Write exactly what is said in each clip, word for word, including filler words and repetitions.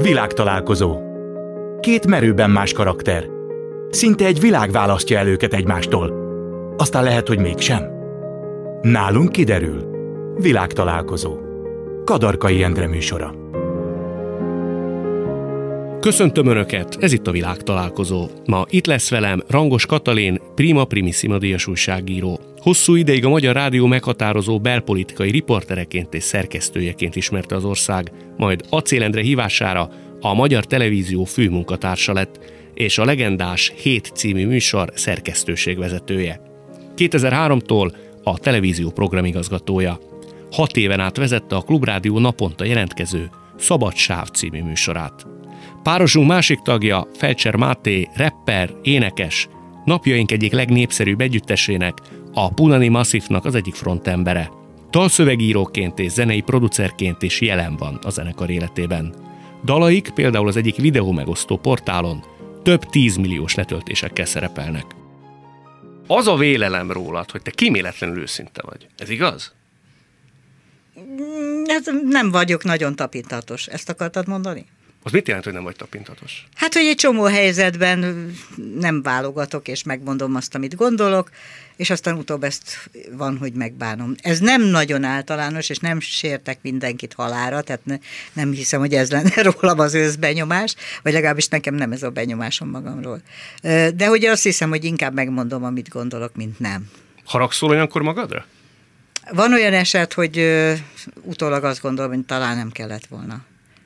Világtalálkozó. Két merőben más karakter. Szinte egy világ választja el őket egymástól. Aztán lehet, hogy mégsem. Nálunk kiderül. Világtalálkozó. Kadarkai Endre műsora. Köszöntöm Önöket, ez itt a Világtalálkozó. Ma itt lesz velem Rangos Katalin, Prima Primissima díjas újságíró. Hosszú ideig a Magyar Rádió meghatározó belpolitikai riportereként és szerkesztőjeként ismerte az ország, majd Acél Endre hívására a Magyar Televízió főmunkatársa lett, és a legendás Hét című műsor szerkesztőségvezetője. kétezer-háromtól a televízió programigazgatója. Hat éven át vezette a Klubrádió naponta jelentkező Szabad Sáv című műsorát. Párosunk másik tagja, Felcser Máté, rapper, énekes, napjaink egyik legnépszerűbb együttesének, a Punani Massivnak az egyik frontembere. Dalszövegíróként és zenei producerként is jelen van a zenekar életében. Dalaik például az egyik videómegosztó portálon több tízmilliós letöltésekkel szerepelnek. Az a vélelem rólad, hogy te kíméletlenül őszinte vagy. Ez igaz? Ez nem vagyok nagyon tapintatos. Ezt akartad mondani? Az mit jelent, hogy nem vagy tapintatos? Hát, hogy egy csomó helyzetben nem válogatok, és megmondom azt, amit gondolok, és aztán utóbb ezt van, hogy megbánom. Ez nem nagyon általános, és nem sértek mindenkit halálra, tehát ne, nem hiszem, hogy ez lenne rólam az őszbenyomás, vagy legalábbis nekem nem ez a benyomásom magamról. De hogy azt hiszem, hogy inkább megmondom, amit gondolok, mint nem. Haragszol olyankor magadra? Van olyan eset, hogy utólag azt gondolom, hogy talán nem kellett volna.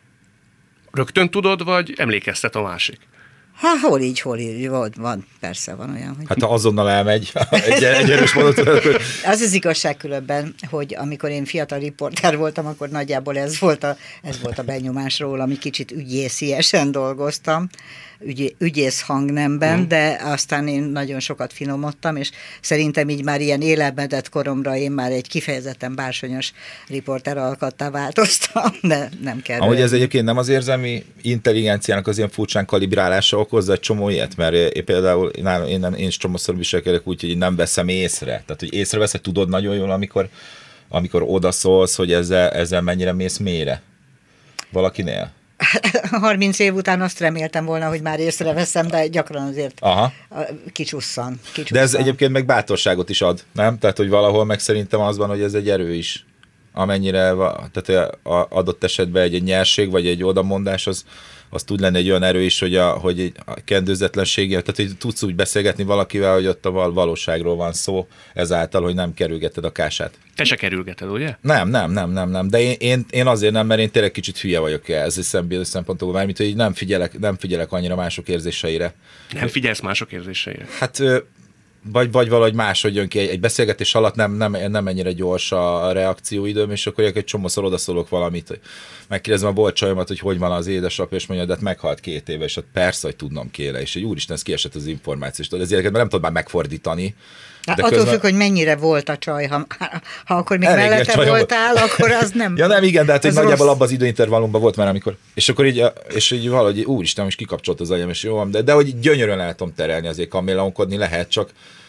Rögtön tudod, vagy emlékeztet a másik? Ha, hol így, hol így, van, van, persze van olyan, hogy... Hát ha azonnal elmegy, egy, egy erős mondat. Az az igazság különben, hogy amikor én fiatal riporter voltam, akkor nagyjából ez volt a, ez volt a benyomás róla, ami kicsit ügyésziesen dolgoztam, ügy, ügyész hangnemben, mm. de aztán én nagyon sokat finomodtam, és szerintem így már ilyen élelmedett koromra én már egy kifejezetten bársonyos riporter alkattá változtam, de nem kell. Ahogy ez egyébként nem az érzelmi intelligenciának az ilyen furcsán kalibrálása okozza egy csomó ilyet, mert én például nálam, én, nem, én is csomószor viselkedek úgy, hogy nem veszem észre. Tehát, hogy észreveszed, tudod nagyon jól, amikor, amikor odaszólsz, hogy ezzel, ezzel mennyire mész mélyre valakinél. harminc év után azt reméltem volna, hogy már észreveszem, de gyakran azért Aha. kicsusszan, kicsusszan. De ez egyébként meg bátorságot is ad, nem? Tehát, hogy valahol meg szerintem az van, hogy ez egy erő is. Amennyire, tehát adott esetben egy, egy nyerség, vagy egy odamondás, az, az tud lenni egy olyan erő is, hogy a, hogy egy a kendőzetlenséggel, tehát hogy tudsz úgy beszélgetni valakivel, hogy ott a valóságról van szó, ezáltal, hogy nem kerülgeted a kását. Te se kerülgeted, ugye? Nem, nem, nem, nem, nem. De én, én, én azért nem, mert én tényleg kicsit hülye vagyok ez szempontból, mármint, hogy nem figyelek, nem figyelek annyira mások érzéseire. Nem figyelsz mások érzéseire? Hát... Vagy, vagy valahogy máshogy jön ki egy, egy beszélgetés alatt, nem, nem, nem ennyire gyors a reakcióidőm, és akkor egy csomószor odaszólok valamit, hogy megkérdezem a bolcsajomat, hogy hogy van az édesapja, és mondja, de hát meghalt két éve, és hát persze, hogy tudnom kéne, és egy úristen, ez kiesett az információ, de ezért nem tudod már megfordítani. De attól közben... függ, hogy mennyire volt a csaj, ha, ha akkor még elég mellette voltál, akkor az nem... Ja nem, igen, de hát nagyjából abban az időintervallumban volt már, amikor... És akkor így, és így valahogy, úristen, is kikapcsolt az agyam, és jó, de, de hogy gyönyörűen el tudom terelni, azért kamélonkodni lehet, csak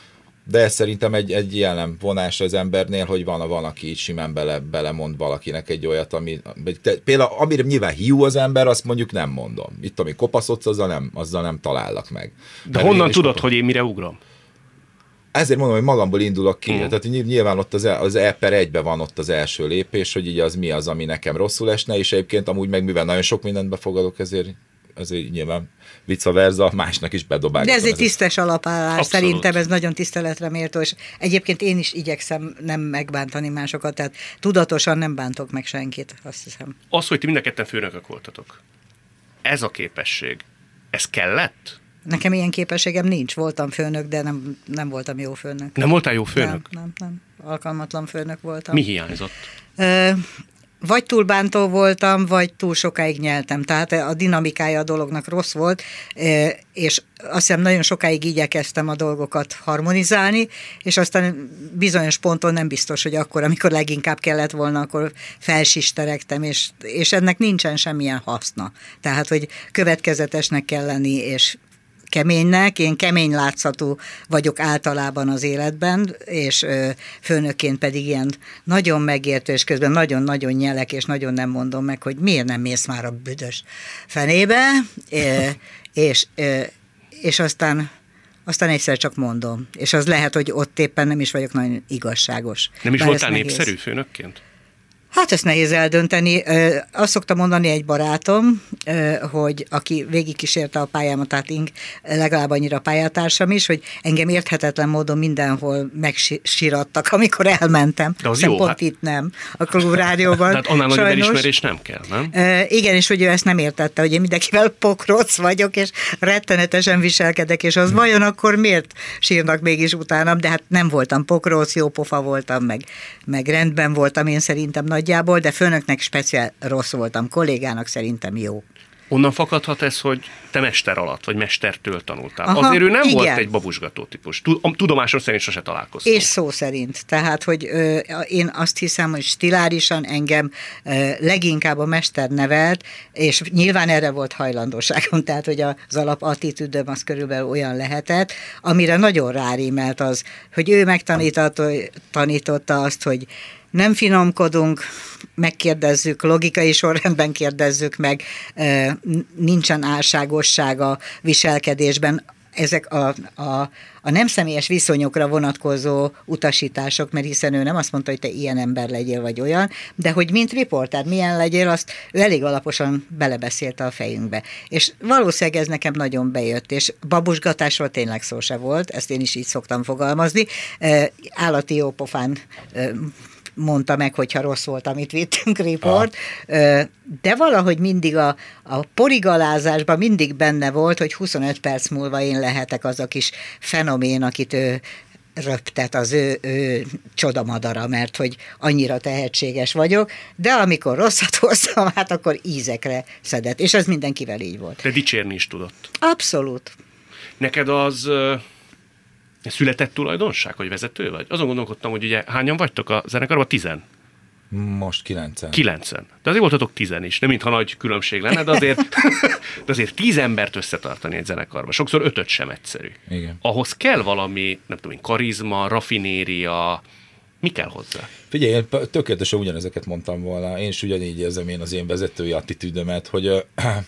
de ez szerintem egy, egy jellem vonás az embernél, hogy van, van aki így simán bele, belemond valakinek egy olyat, ami... De például amire nyilván hiú az ember, azt mondjuk nem mondom. Itt, ami kopaszodsz, azzal nem, azzal nem talállak meg. De mert honnan tudod, kopaszod, hogy én mire ugrom? Ezért mondom, hogy magamból indulok ki. Mm. Tehát nyilván ott az, az E per egyben van ott az első lépés, hogy így az mi az, ami nekem rosszul esne, és egyébként amúgy meg mivel nagyon sok mindent befogadok, ezért, ezért nyilván vice versa, másnak is bedobálgatom. De ez egy tisztes alapállás, abszolút. Szerintem ez nagyon tiszteletre méltó, és egyébként én is igyekszem nem megbántani másokat, tehát tudatosan nem bántok meg senkit, azt hiszem. Az, hogy ti mind a ketten főnökök voltatok, ez a képesség, ez kellett? Nekem ilyen képességem nincs, voltam főnök, de nem, nem voltam jó főnök. Nem voltál jó főnök? Nem, nem, nem. Alkalmatlan főnök voltam. Mi hiányzott? Ö, vagy túl bántó voltam, vagy túl sokáig nyeltem. Tehát a dinamikája a dolognak rossz volt, és azt hiszem nagyon sokáig igyekeztem a dolgokat harmonizálni, és aztán bizonyos ponton nem biztos, hogy akkor, amikor leginkább kellett volna, akkor felsisteregtem, és, és ennek nincsen semmilyen haszna. Tehát, hogy következetesnek kell lenni, és keménynek, én kemény látszatú vagyok általában az életben, és ö, főnökként pedig ilyen nagyon megértő, és közben nagyon-nagyon nyelek, és nagyon nem mondom meg, hogy miért nem mész már a büdös fenébe, é, és, ö, és aztán aztán egyszer csak mondom. És az lehet, hogy ott éppen nem is vagyok nagyon igazságos. Nem is Bár voltál népszerű főnökként? Hát ezt nehéz eldönteni. Azt szokta mondani egy barátom, hogy aki végigkísérte a pályámat, tehát én legalább annyira pályatársam is, hogy engem érthetetlen módon mindenhol megsírattak, amikor elmentem. De az jó, pont hát... itt nem, a Klub Rádióban. Tehát annál nagy elismerés nem kell, nem? Igen, és hogy ő ezt nem értette, hogy én mindenkivel pokroc vagyok, és rettenetesen viselkedek, és az vajon akkor miért sírnak mégis utánam, de hát nem voltam pokroc, jó pofa voltam, meg, meg rendben voltam én szerintem nagyjából, de főnöknek speciál rossz voltam, kollégának szerintem jó. Onnan fakadhat ez, hogy te mester alatt, vagy mestertől tanultál. Aha, azért ő nem igen. volt egy babusgató típus. Tudomásom szerint sose találkoztam. És szó szerint. Tehát, hogy ö, én azt hiszem, hogy stilárisan engem ö, leginkább a mester nevelt, és nyilván erre volt hajlandóságom, tehát, hogy az alapattitűdöm az körülbelül olyan lehetett, amire nagyon rárímelt az, hogy ő megtanította azt, hogy nem finomkodunk, megkérdezzük, logikai sorrendben kérdezzük meg, nincsen álságosság a viselkedésben. Ezek a, a, a nem személyes viszonyokra vonatkozó utasítások, mert hiszen ő nem azt mondta, hogy te ilyen ember legyél, vagy olyan, de hogy mint riporter milyen legyél, azt ő elég alaposan belebeszélte a fejünkbe. És valószínűleg ez nekem nagyon bejött, és babusgatásról tényleg szó se volt, ezt én is így szoktam fogalmazni. Állati jópofán mondta meg, hogyha rossz volt, amit vittünk riport, ah. de valahogy mindig a, a porigalázásban mindig benne volt, hogy huszonöt perc múlva én lehetek az a kis fenomén, akit ő röptet, az ő, ő csodamadara, mert hogy annyira tehetséges vagyok, de amikor rosszat hoztam, hát akkor ízekre szedett, és ez mindenkivel így volt. De dicsérni is tudott. Abszolút. Neked az... született tulajdonság, hogy vezető vagy? Azon gondolkodtam, hogy ugye hányan vagytok a zenekarban? Tizen? Most kilencen. Kilencen. De azért voltatok tizen is. Nem mintha nagy különbség lenne, de azért, de azért tíz embert összetartani egy zenekarban. Sokszor ötöt sem egyszerű. Igen. Ahhoz kell valami, nem tudom, karizma, rafinéria, mi kell hozzá? Figyelj, én tökéletesen ugyanezeket mondtam volna. Én is ugyanígy érzem én az én vezetői attitűdömet, hogy uh,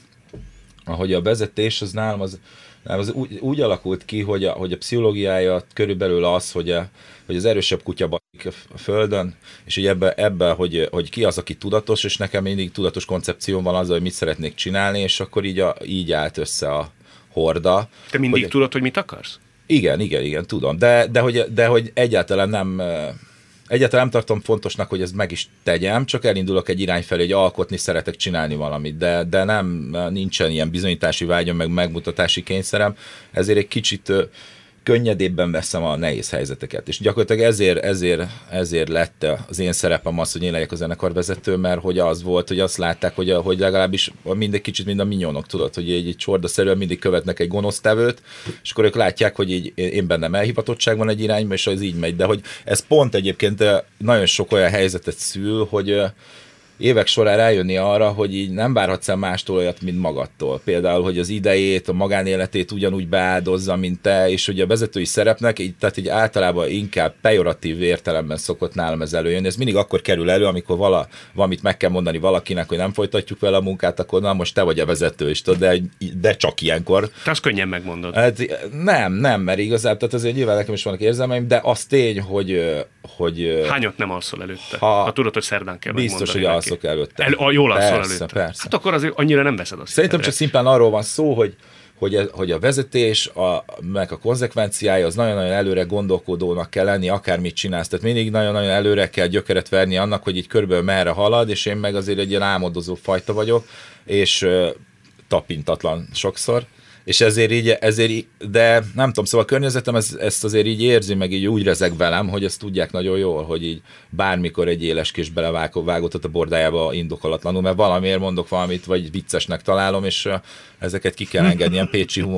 ahogy a vezetés az nálam az Nem, az úgy, úgy alakult ki, hogy a, hogy a pszichológiája körülbelül az, hogy, a, hogy az erősebb kutya baszik a földön, és hogy ebben, ebbe, hogy, hogy ki az, aki tudatos, és nekem mindig tudatos koncepcióm van azzal, hogy mit szeretnék csinálni, és akkor így, a, így állt össze a horda. Te mindig hogy, tudod, hogy mit akarsz? Igen, igen, igen, tudom. De, de, hogy, de hogy egyáltalán nem... Egyáltalán nem tartom fontosnak, hogy ezt meg is tegyem, csak elindulok egy irány felé, hogy alkotni szeretek, csinálni valamit, de, de nem, nincsen ilyen bizonyítási vágyam, meg megmutatási kényszerem, ezért egy kicsit könnyedébben veszem a nehéz helyzeteket. És gyakorlatilag ezért, ezért, ezért lett az én szerepem az, hogy én legyek a zenekarvezető, mert hogy az volt, hogy azt látták, hogy, hogy legalábbis mindegy kicsit, mint a minyonok, tudod, hogy egy, egy csordaszerűen mindig követnek egy gonosztevőt, és akkor ők látják, hogy így én bennem elhivatottság van egy irányba, és az így megy. De hogy ez pont egyébként nagyon sok olyan helyzetet szül, hogy évek során rájönni arra, hogy így nem várhatsz el mástól olyat, mint magadtól. Például, hogy az idejét, a magánéletét ugyanúgy beáldozza, mint te, és hogy a vezetői szerepnek, így, tehát így általában inkább pejoratív értelemben szokott nálam ez előjönni. Ez mindig akkor kerül elő, amikor vala, valamit meg kell mondani valakinek, hogy nem folytatjuk vele a munkát, akkor na most te vagy a vezető is, tudod, de, de csak ilyenkor. Te azt könnyen megmondod. Hát, nem, nem, mert igazából, tehát azért nyilván nekem is vannak érzelmeim, de az tény, hogy... hogy hányat nem alszol előtte? Ha, ha tudod, hogy szerdán kell biztos, hogy alszok előtte. El, a, jól alszol persze, előtte. Persze. Hát akkor azért annyira nem veszed azt. Szerintem csak szimplán arról van szó, hogy, hogy, hogy a vezetés, a, meg a konzekvenciája az nagyon-nagyon előre gondolkodónak kell lenni, akármit csinálsz. Tehát mindig nagyon-nagyon előre kell gyökeret verni annak, hogy így körülbelül merre halad, és én meg azért egy ilyen álmodozó fajta vagyok, és uh, tapintatlan sokszor. És ezért így, ezért így, de nem tudom, szóval a környezetem ezt, ezt azért így érzi, meg így úgy rezeg velem, hogy ezt tudják nagyon jól, hogy így bármikor egy éles kés belevágott a bordájába indokolatlanul, mert valamiért mondok valamit, vagy viccesnek találom, és ezeket ki kell engedni, ilyen pécsi humor.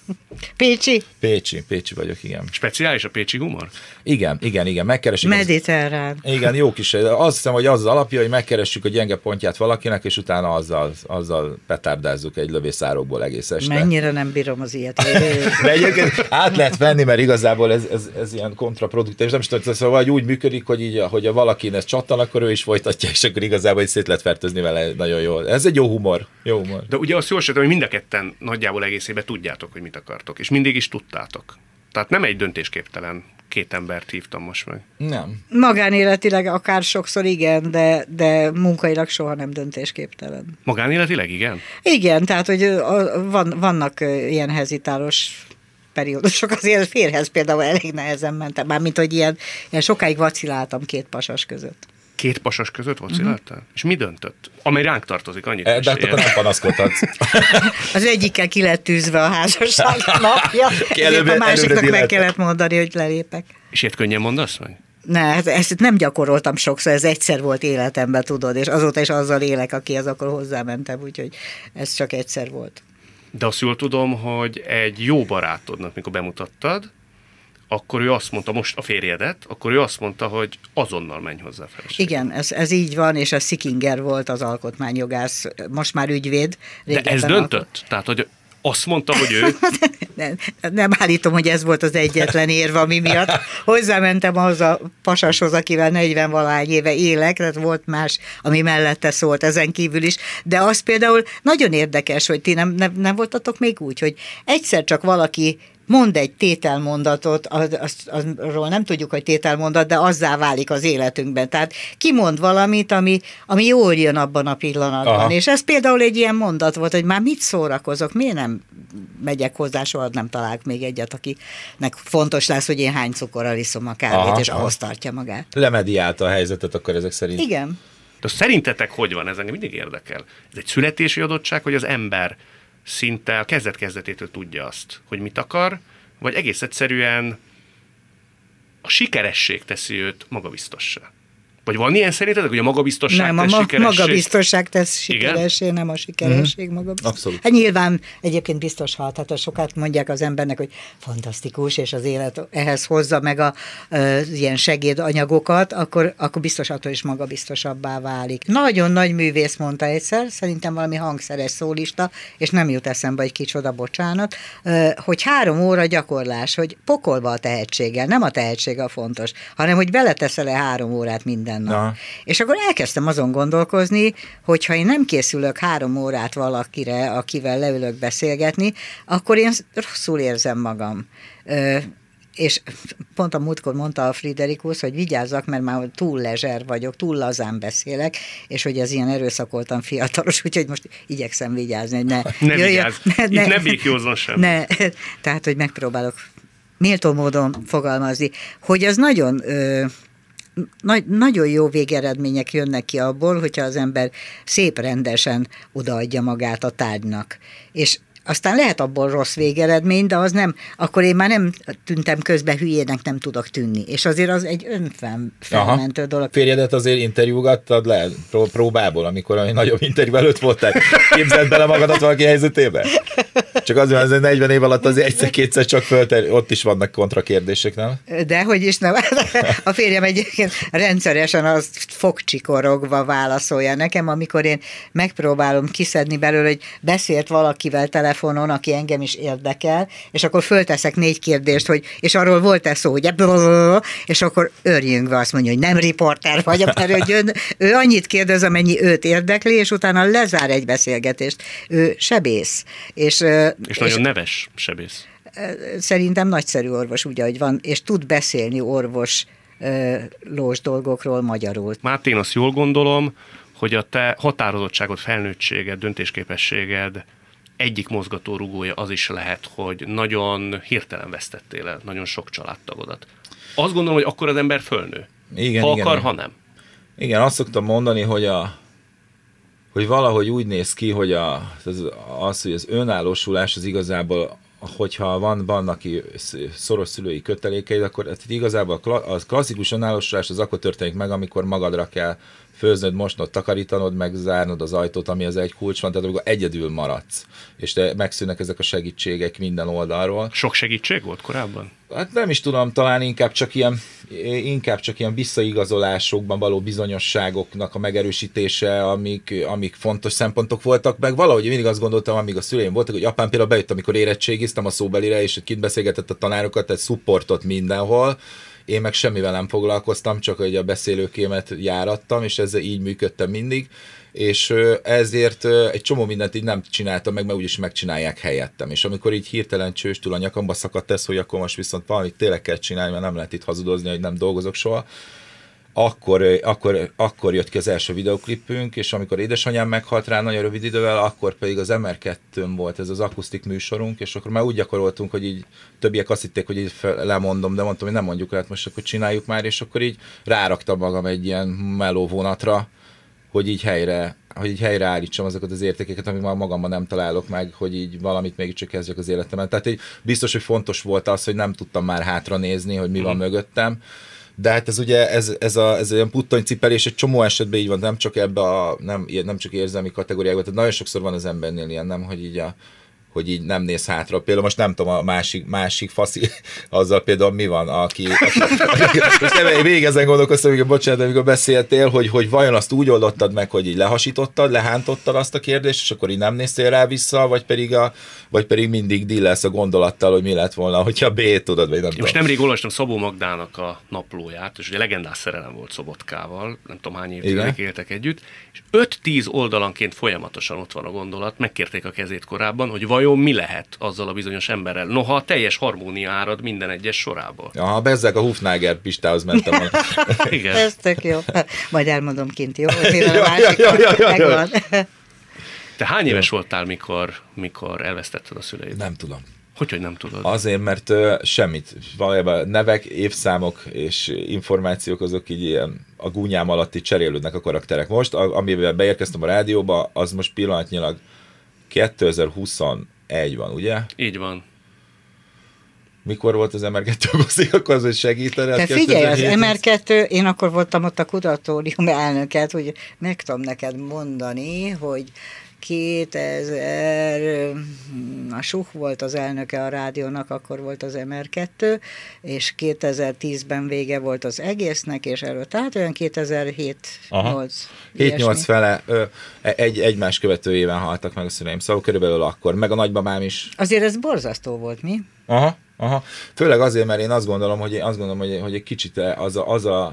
Pécsi? Pécsi, Pécsi vagyok, igen. Speciális a pécsi humor? Igen, igen, igen, megkeresik. Mediterrán. Az, igen, jó kis. Azt hiszem, hogy az az alapja, hogy megkeressük a gyenge pontját valakinek, és utána azzal, azzal petárdázzuk egy lövészárokból egész este. Mennyire nem bírom az ilyet. De egyébként át lehet venni, mert igazából ez, ez, ez ilyen kontraproduktív, és nem is tudom, szóval úgy működik, hogy így, hogy a valakin ezt csattan, akkor ő is folytatja, és akkor igazából így szét lehet fertőzni vele nagyon jól. Ez egy jó humor. Jó humor. De ugye azt jól sejtem, hogy mind a ketten nagyjából egészében tudjátok, hogy mit akartok, és mindig is tudtátok. Tehát nem egy döntésképtelen két embert hívtam most meg. Nem. Magánéletileg akár sokszor igen, de, de munkailag soha nem döntésképtelen. Magánéletileg igen? Igen, tehát hogy a, van, vannak ilyen hezitálós periódusok, azért férhez például elég nehezen mentem, mármint hogy ilyen, ilyen sokáig vaciláltam két pasas között. Két pasas között vaciláltál? Uh-huh. És mi döntött? Amely ránk tartozik, annyit. E, de akkor nem panaszkodhatsz. Az egyikkel ki lett tűzve a házasság napja, ezért a másiknak meg kellett mondani, hogy lelépek. És ilyet könnyen mondasz meg? Ne, hát ezt nem gyakoroltam sokszor, ez egyszer volt életemben, tudod, és azóta is azzal élek, akihez akkor hozzámentem, úgyhogy ez csak egyszer volt. De azt jól tudom, hogy egy jó barátodnak, mikor bemutattad, akkor ő azt mondta, most a férjedet, akkor ő azt mondta, hogy azonnal menj hozzá a feleség. Igen, ez, ez így van, és a Szikinger volt az alkotmányjogász, most már ügyvéd. De ez döntött? Alkot... Tehát, hogy azt mondta, hogy ő... nem, nem állítom, hogy ez volt az egyetlen érv, ami miatt hozzámentem ahhoz a pasashoz, akivel negyven-valahány éve élek, tehát volt más, ami mellette szólt ezen kívül is, de az például nagyon érdekes, hogy ti nem, nem, nem voltatok még úgy, hogy egyszer csak valaki mond egy tételmondatot, az, az, azról nem tudjuk, hogy tételmondat, de azzá válik az életünkben. Tehát kimond valamit, ami, ami jól jön abban a pillanatban. Aha. És ez például egy ilyen mondat volt, hogy már mit szórakozok, miért nem megyek hozzá, soha nem találok még egyet, akinek fontos lesz, hogy én hány cukorral iszom a kávét, aha, és ahhoz tartja magát. Lemediálta a helyzetet akkor ezek szerint. Igen. De szerintetek hogy van ez? Engem mindig érdekel. Ez egy születési adottság, hogy az ember szinte a kezdet-kezdetétől tudja azt, hogy mit akar, vagy egész egyszerűen a sikeresség teszi őt magabiztossá. Vagy van ilyen szerintetek, hogy a magabiztosság nem, tesz a ma- sikeresség? magabiztosság tesz sikeressé, nem a sikeresség mm-hmm. magabiztosság. Abszolút. Hát nyilván egyébként biztos halt, hát sokat mondják az embernek, hogy fantasztikus, és az élet ehhez hozza meg a, az ilyen segédanyagokat, akkor, akkor biztos attól is magabiztosabbá válik. Nagyon nagy művész mondta egyszer, szerintem valami hangszeres szólista, és nem jut eszembe, hogy kicsoda, bocsánat, hogy három óra gyakorlás, hogy pokolba a tehetséggel, nem a tehetség a fontos, hanem hogy beleteszel-e három órát minden nap. Ja. És akkor elkezdtem azon gondolkozni, hogy ha én nem készülök három órát valakire, akivel leülök beszélgetni, akkor én rosszul érzem magam. Ö, és pont a múltkor mondta a Friderikus, hogy vigyázzak, mert már túl lezser vagyok, túl lazán beszélek, és hogy ez ilyen erőszakoltan fiatalos, úgyhogy most igyekszem vigyázni, hogy ne... Ne vigyázz, ne, itt ne, ne békjózzon sem. Ne, tehát, hogy megpróbálok méltó módon fogalmazni, hogy az nagyon... Ö, Nagy, nagyon jó végeredmények jönnek ki abból, hogyha az ember szép rendesen odaadja magát a tárgynak. És aztán lehet abból rossz végeredmény, de az nem, akkor én már nem tűntem közben hülyének, nem tudok tűnni. És azért az egy önfelmentő dolog. Férjedet azért interjúgattad le próbából, amikor egy nagyobb interjú előtt voltál. Képzeld bele magadat valaki helyzetébe? Csak azért, azért negyven év alatt azért egyszer-kétszer csak fölter, ott is vannak kontrakérdések, nem? De hogy is nem. A férjem egyébként rendszeresen azt fogcsikorogva válaszolja nekem, amikor én megpróbálom kiszedni belőle, hogy beszélt valakivel telefonon, aki engem is érdekel, és akkor fölteszek négy kérdést, hogy és arról volt-e szó, hogy és akkor örjünkve azt mondja, hogy nem riporter vagyok, mert ő, ő annyit kérdez, amennyi őt érdekli, és utána lezár egy beszélgetést. Ő sebész. És És nagyon és neves sebész. Szerintem nagyszerű orvos, úgy, ahogy van, és tud beszélni orvos lós dolgokról magyarul. Máté, én azt jól gondolom, hogy a te határozottságod, felnőttséged, döntésképességed egyik mozgatórugója az is lehet, hogy nagyon hirtelen vesztettél el nagyon sok családtagodat. Azt gondolom, hogy akkor az ember fölnő. Igen, ha igen, akar, igen. ha nem. Igen, azt szoktam mondani, hogy a hogy valahogy úgy néz ki, hogy a, az, az, hogy az önállósulás az igazából, hogyha van, van aki szoros szülői kötelékeid, akkor igazából a klasszikus önállósulás az akkor történik meg, amikor magadra kell főznöd, mosnod, takarítanod, meg zárnod az ajtót, ami az egy kulcs van, tehát amikor egyedül maradsz, és te megszűnnek ezek a segítségek minden oldalról. Sok segítség volt korábban? Hát nem is tudom, talán inkább csak ilyen, inkább csak ilyen visszaigazolásokban való bizonyosságoknak a megerősítése, amik, amik fontos szempontok voltak, meg valahogy mindig azt gondoltam, amíg a szüleim voltak, hogy apám például bejött, amikor érettségiztem a szóbelire, és kint beszélgetett a tanárokat, tehát supportot mindenhol, én meg semmivel nem foglalkoztam, csak hogy a beszélőkémet járattam, és ezzel így működtem mindig, és ezért egy csomó mindent így nem csináltam meg, mert úgyis megcsinálják helyettem. És amikor így hirtelen csőstül a nyakamba szakadt ez, hogy akkor most viszont valamit tényleg kell csinálni, mert nem lehet itt hazudozni, hogy nem dolgozok soha, akkor, akkor, akkor jött ki az első videoklipünk, és amikor édesanyám meghalt rá nagyon rövid idővel, akkor pedig az em er kettőn volt ez az akusztik műsorunk, és akkor már úgy gyakoroltunk, hogy így többiek azt hitték, hogy így lemondom, de mondtam, hogy nem mondjuk el, most akkor csináljuk már, és akkor így ráraktam magam egy ilyen meló vonatra, hogy így helyre, hogy így helyre állítsam azokat az értékeket, amik már magamban nem találok meg, hogy így valamit mégiscsak kezdjek az életemben. Tehát így biztos, hogy fontos volt az, hogy nem tudtam már hátra nézni, hogy mi van mm. mögöttem. De hát ez ugye, ez, ez, a, ez olyan puttonycipelés, egy csomó esetben így van, nem csak ebbe a, nem, nem csak érzelmi kategóriákban, tehát nagyon sokszor van az embernél ilyen, nem, hogy így a, hogy így nem néz hátra. Például most nem tudom, a másik, másik faszi, azzal például mi van, aki... Most nem, végig ezen gondolkoztam, amikor, bocsánat, amikor beszéltél, hogy, hogy vajon azt úgy oldottad meg, hogy így lehasítottad, lehántottad azt a kérdést, és akkor így nem néztél rá vissza, vagy pedig, a, vagy pedig mindig dillelsz a gondolattal, hogy mi lett volna, hogyha B, tudod, vagy nem tudom. Most nemrég olvastam Szabó Magdának a naplóját, és ugye legendás szerelem volt Szobotkával, nem tudom hány évig éltek együtt, és öt-tíz oldalanként folyamatosan ott van a gondolat, megkérték a kezét korábban, hogy vajon mi lehet azzal a bizonyos emberrel. Noha a teljes harmónia árad minden egyes sorából. Ja, bezzeg a Hufnagel Pistához mentem. Igen. Ez tök jó. Majd elmondom kint, jó? Mire a másik ja, ja, ja, megvan. Te hány éves voltál, mikor, mikor elvesztetted a szüleid? Nem tudom. Hogy, hogy nem tudod? Azért, mert uh, semmit. Valójában nevek, évszámok és információk azok így ilyen a gúnyám alatt így cserélődnek a karakterek. Most, amivel beérkeztem a rádióba, az most pillanatnyilag kétezer-huszonegy van, ugye? Így van. Mikor volt az em er kettő, akkor az, hogy segíteni? Te figyelj, az em er kettő, én akkor voltam ott a kuratórium elnöket, hogy meg tudom neked mondani, hogy kétezer, a Such volt az elnöke a rádiónak, akkor volt az em er kettő, és kétezer-tízben vége volt az egésznek, és előtt, tehát olyan kétezer-hét-nyolc. hét-nyolc fele, ö, egy, egymás követő éven haltak meg a szüleim, szóval körülbelül akkor, meg a nagybabám is. Azért ez borzasztó volt, mi? Aha, aha. Főleg azért, mert én azt gondolom, hogy, azt gondolom, hogy, hogy egy kicsit az a, az a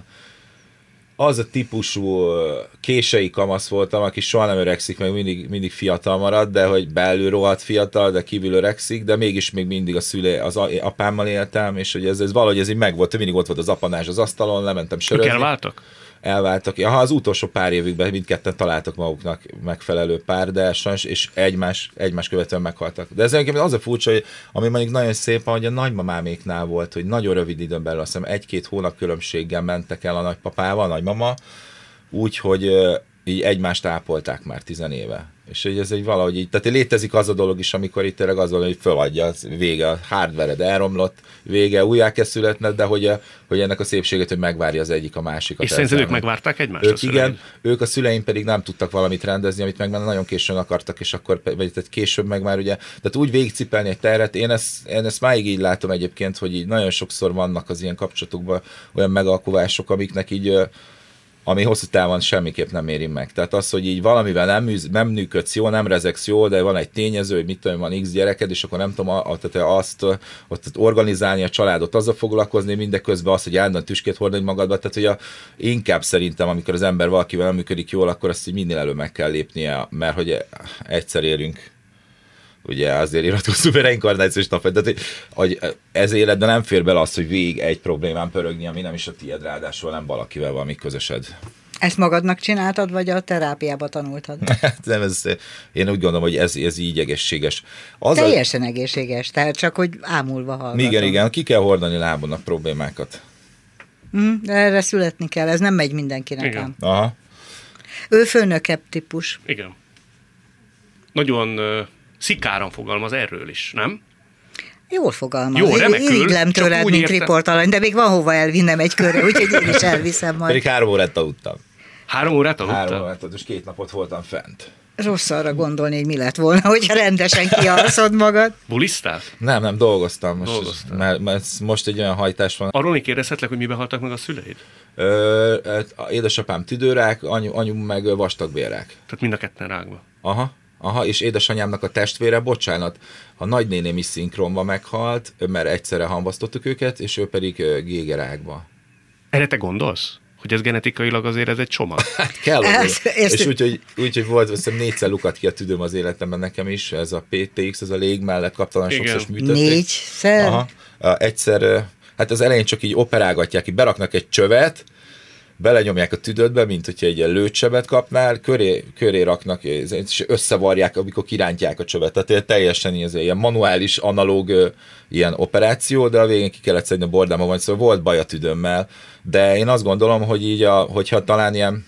az a típusú kései kamasz voltam, aki soha nem öregszik, meg mindig, mindig fiatal marad, de hogy belül rohadt fiatal, de kívül öregszik, de mégis még mindig a szülé, az apámmal éltem, és hogy ez, ez valahogy ez így megvolt, mindig ott volt az apanás az asztalon, lementem sörözni. Ők elváltak? Elváltak. Aha, az utolsó pár évükben mindketten találtak maguknak megfelelő pár, de sajnos, és egymás, egymás követően meghaltak. De ez az a furcsa, hogy ami mondjuk nagyon szép, hogy a nagymamáméknál volt, hogy nagyon rövid időn belül, azt hiszem egy-két hónap különbséggel mentek el a nagypapával, a nagymama, úgy, hogy így egymást ápolták már tizenéve. És hogy ez egy valahogy így, tehát létezik az a dolog is, amikor itt tényleg az van, hogy föladja, vége, a hardware-ed elromlott, vége, újjá kell születned, de hogy, hogy ennek a szépséget, hogy megvárja az egyik a másikat. És szerinted ők megvárták egymást? Ők igen, ők a szüleim pedig nem tudtak valamit rendezni, amit meg nagyon későn akartak, és akkor, vagy tehát később meg már ugye, tehát úgy végigcipelni egy terret, én ezt, én ezt máig így látom egyébként, hogy így nagyon sokszor vannak az ilyen kapcsolatokban olyan megalkuvások, amiknek így ami hosszú távon semmiképp nem éri meg. Tehát az, hogy így valamivel nem, műz, nem működsz jól, nem rezegsz jól, de van egy tényező, hogy mit tudom, van X gyereked, és akkor nem tudom, a, tehát azt ott organizálni a családot, azzal foglalkozni, mindeközben az, hogy állandóan tüskét hordani magadba. Tehát, hogy a, inkább szerintem, amikor az ember valakivel nem működik jól, akkor azt így minél előbb meg kell lépnie, mert hogy egyszer érünk. Ugye azért iratkoztunk a reinkarnációs nap, de hogy ez életben nem fér bele az, hogy végig egy problémán pörögni, ami nem is a tiéd, ráadásul nem valakivel valami közösed. Ezt magadnak csináltad, vagy a terápiába tanultad? Nem, ez, én úgy gondolom, hogy ez, ez így egészséges. Az Teljesen a... egészséges, tehát csak, hogy ámulva hallgatom. Igen, igen, ki kell hordani lábon a problémákat. Mm, de erre születni kell, ez nem megy mindenkinek. Igen. Aha. Ő főnökebb típus. Igen. Nagyon uh, szikáran fogalmaz erről is, nem? Jól fogalmaz. Jó, remekül. Irigylem tőled, mint érte... riportalany, de még van hova elvinnem egy körre, úgyhogy én is elviszem majd. Pedig három órát aludtam. Három órát aludtál? Három órát aludtam, és két napot voltam fent. Rossz arra gondolni, hogy mi lett volna, hogyha rendesen kialszod magad. Bulisztál? Nem, nem, dolgoztam. Most, Dolgoztam. mert, mert most egy olyan hajtás van. Arról még kérdezhetlek, hogy miben haltak meg a szüleid? Ö, édesapám tüdőrák, anyu, anyum meg vastagbélrák. Tehát mind a ketten rákba. Aha, aha, és édesanyámnak a testvére, bocsánat, a nagynéném is szinkronba meghalt, mert egyszerre hamvasztottuk őket, és ő pedig gégerákba. Erre te gondolsz? Hogy ez genetikailag azért ez egy csomag? Hát kell Ez- azért. ezt- És úgyhogy úgy, hogy volt, azt hiszem négyszer lukadt ki a tüdőm az életemben nekem is, ez a pé té iksz, ez a lég mellett kaptalan Igen. sokszor is műtötték. Négyszer? Aha. A, egyszer, ö, hát az elején csak így operálgatják, így beraknak egy csövet, belenyomják a tüdődbe, mint hogyha egy ilyen lőtsebet kapnál, köré, köré raknak, és összevarják, amikor kirántják a csövet. Tehát teljesen ez ilyen manuális, analóg ö, ilyen operáció, de a végén ki kellett szedni a bordámba, vagy szóval volt baj a tüdőmmel. De én azt gondolom, hogy így, a, hogyha talán ilyen,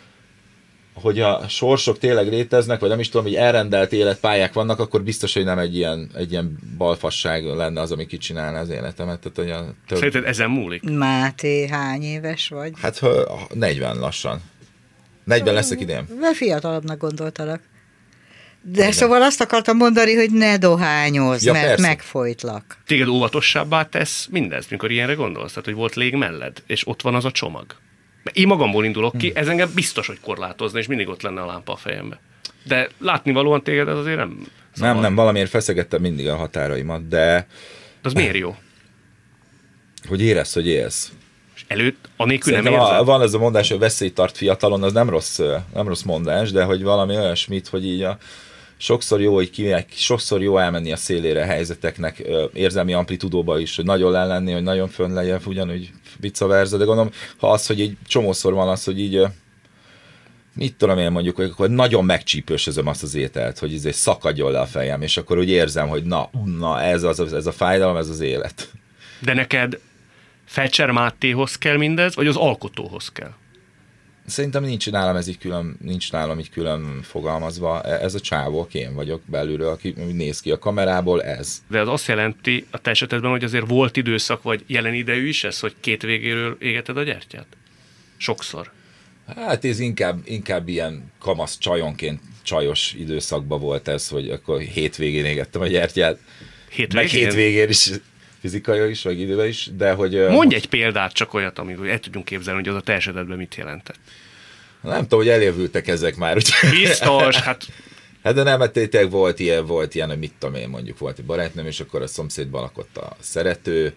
hogy a sorsok tényleg léteznek, vagy nem is tudom, hogy elrendelt életpályák vannak, akkor biztos, hogy nem egy ilyen, egy ilyen balfasság lenne az, ami kicsinálna az életemet. Tehát, hogy a több... Szerinted ezen múlik? Máté, hány éves vagy? Hát ha negyven lassan. negyven leszek idén. Mert fiatalabbnak gondoltalak. De igen. Szóval azt akartam mondani, hogy ne dohányozz, Ja, mert persze. megfojtlak. Téged óvatosabbá tesz mindez, mikor ilyenre gondolsz, tehát hogy volt lég melled, és ott van az a csomag. Mert én magamból indulok ki, ez engem biztos, hogy korlátozna, és mindig ott lenne a lámpa a fejembe. De látnivalóan téged ez azért nem zavar. Nem, nem, valamiért feszegettem mindig a határaimat, de De az miért jó? hogy érezd, hogy élsz. És előtt, anélkül nem Szerintem a, érzed? van ez a mondás, hogy veszély tart fiatalon, az nem rossz, nem rossz mondás, de hogy valami olyasmit, hogy így a, sokszor jó, hogy ki, sokszor jó elmenni a szélére a helyzeteknek, érzelmi amplitudóba is, hogy nagyon le lenni, hogy nagyon fönn legyen, ugyanúgy vice versa, de gondolom, ha az, hogy egy csomószor van az, hogy így mit tudom én mondjuk, hogy akkor nagyon megcsípősözöm azt az ételt, hogy ez szakadjon le a fejem, és akkor úgy érzem, hogy na, na ez, az, ez a fájdalom, ez az élet. De neked Felcser Mátéhoz kell mindez, vagy az alkotóhoz kell? Szerintem nincs nálam ez így külön, nincs nálam így külön fogalmazva. Ez a csávó, aki én vagyok belülről, aki néz ki a kamerából, ez. De az azt jelenti a te esetedben, hogy azért volt időszak, vagy jelen idejű is ez, hogy két végéről égeted a gyertyát? Sokszor. Hát ez inkább, inkább ilyen kamasz csajonként csajos időszakban volt ez, hogy akkor hétvégén égettem a gyertyát. Hétvégén? Meg hétvégén is, fizikai is, vagy időben is, de hogy... Mondj egy példát, csak olyat, amit el tudjunk képzelni, hogy az a te esetedben mit jelentett. Nem tudom, hogy elévültek ezek már. Úgy. Biztos, hát... Hát de nem, mert tényleg volt ilyen, volt ilyen, hogy mit tudom én, mondjuk volt egy barátnőm, és akkor a szomszédban lakott a szerető,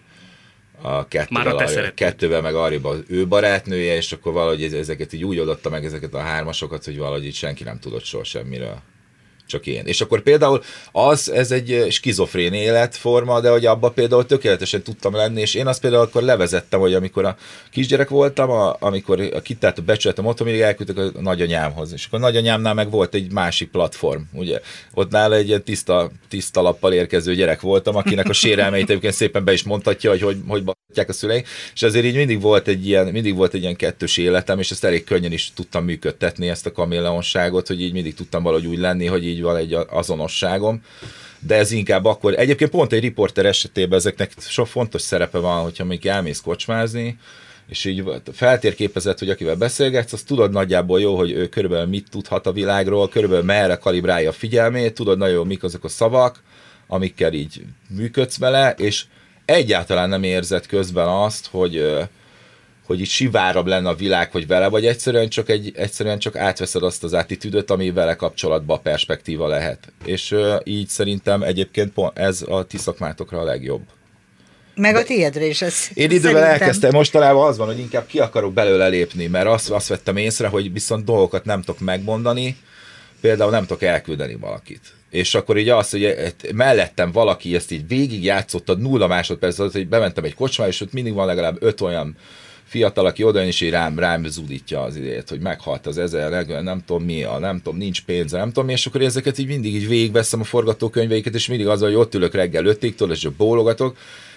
a kettővel, Már a te arra, szeretőd. kettővel meg arrébb az ő barátnője, és akkor valahogy ezeket így úgy adotta meg ezeket a hármasokat, hogy valahogy így senki nem tudott soha semmiről. Csak én. És akkor például az, ez egy skizofrén életforma, de hogy abban például tökéletesen tudtam lenni, és én azt például akkor levezettem, hogy amikor a kisgyerek voltam, a, amikor a kitát a becsületem otthon, mindig elküldtek a nagyanyámhoz. És akkor a nagyanyámnál meg volt egy másik platform, ugye. Ott nála egy ilyen tiszta, tiszta lappal érkező gyerek voltam, akinek a sérelmeit egyébként szépen be is mondhatja, hogy hogy, hogy batják a szüleik. És ezért így mindig volt egy ilyen, mindig volt egy ilyen kettős életem, és ezt elég könnyen is tudtam működtetni, ezt a kaméleonságot, hogy így mindig tudtam valahogy úgy lenni, hogy így van egy azonosságom, de ez inkább akkor, egyébként pont egy riporter esetében ezeknek sok fontos szerepe van, hogyha még elmész kocsmázni, és így feltérképezed, hogy akivel beszélgetsz, azt tudod nagyjából jó, hogy ő körülbelül mit tudhat a világról, körülbelül merre kalibrálja a figyelmét, tudod nagyon jó, mik azok a szavak, amikkel így működsz vele, és egyáltalán nem érzed közben azt, hogy hogy így sivárabb lenne a világ, hogy vele, vagy egyszerűen csak, egy, egyszerűen csak átveszed azt az attitűdöt, ami vele kapcsolatban perspektíva lehet. És uh, így szerintem egyébként pont ez a ti szakmátokra a legjobb. Meg a tiédre is. Ez Én idővel elkezdtem, mostanában az van, hogy inkább ki akarok belőle lépni, mert azt, azt vettem észre, hogy viszont dolgokat nem tudok megmondani, például nem tudok elküldeni valakit. És akkor így az, hogy mellettem valaki ezt így végig játszottad nulla másodperc alatt, hogy bementem egy kocsmába, és ott mindig van legalább öt olyan fiatal, aki oda jön, és így rám, rám zúdítja az idejét, hogy meghalt az ezer, nem tudom mi, a, nem tudom, nincs pénze, nem tudom mi, és akkor ezeket így mindig így végigveszem a forgatókönyveiket, és mindig azzal, hogy ott ülök reggel ötig, tudod, és csak bólogatok,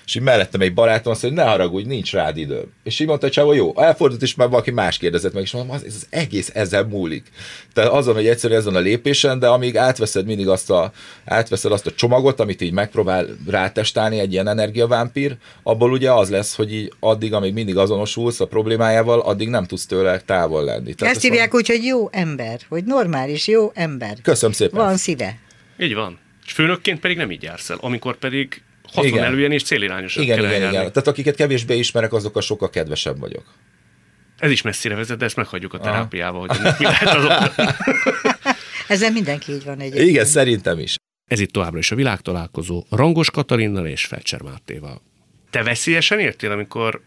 És így mellettem egy barátom azt mondja, hogy ne haragudj, nincs rád idő. És így mondta, hogy csávó, jó, elfordult, és már valaki más kérdezett meg, és mondom, az, ez az egész ezzel múlik. Tehát azon, hogy egyszerűen ezen a lépésen, de amíg átveszed mindig azt a, átveszed azt a csomagot, amit így megpróbál rátestálni egy ilyen energiavámpír, abból ugye az lesz, hogy így addig, amíg mindig azonosulsz a problémájával, addig nem tudsz tőle távol lenni. Tehát ezt hívják úgy, hogy jó ember, hogy normális, jó ember. Köszönöm szépen. Van szíve. Így van. És főnökként pedig nem így jársz el, amikor pedig haszonelően és célirányosan igen, kell igen, eljárni. igen. Tehát akiket kevésbé ismerek, azokkal sokkal kedvesebb vagyok. Ez is messzire vezet, de ezt meghagyjuk a terápiába, hogy mi lehet azok. Ezzel mindenki így van egyébként. Igen, szerintem is. Ez itt továbbra is a világtalálkozó Rangos Katalinnal és Felcser Mátéval. Te veszélyesen értél, amikor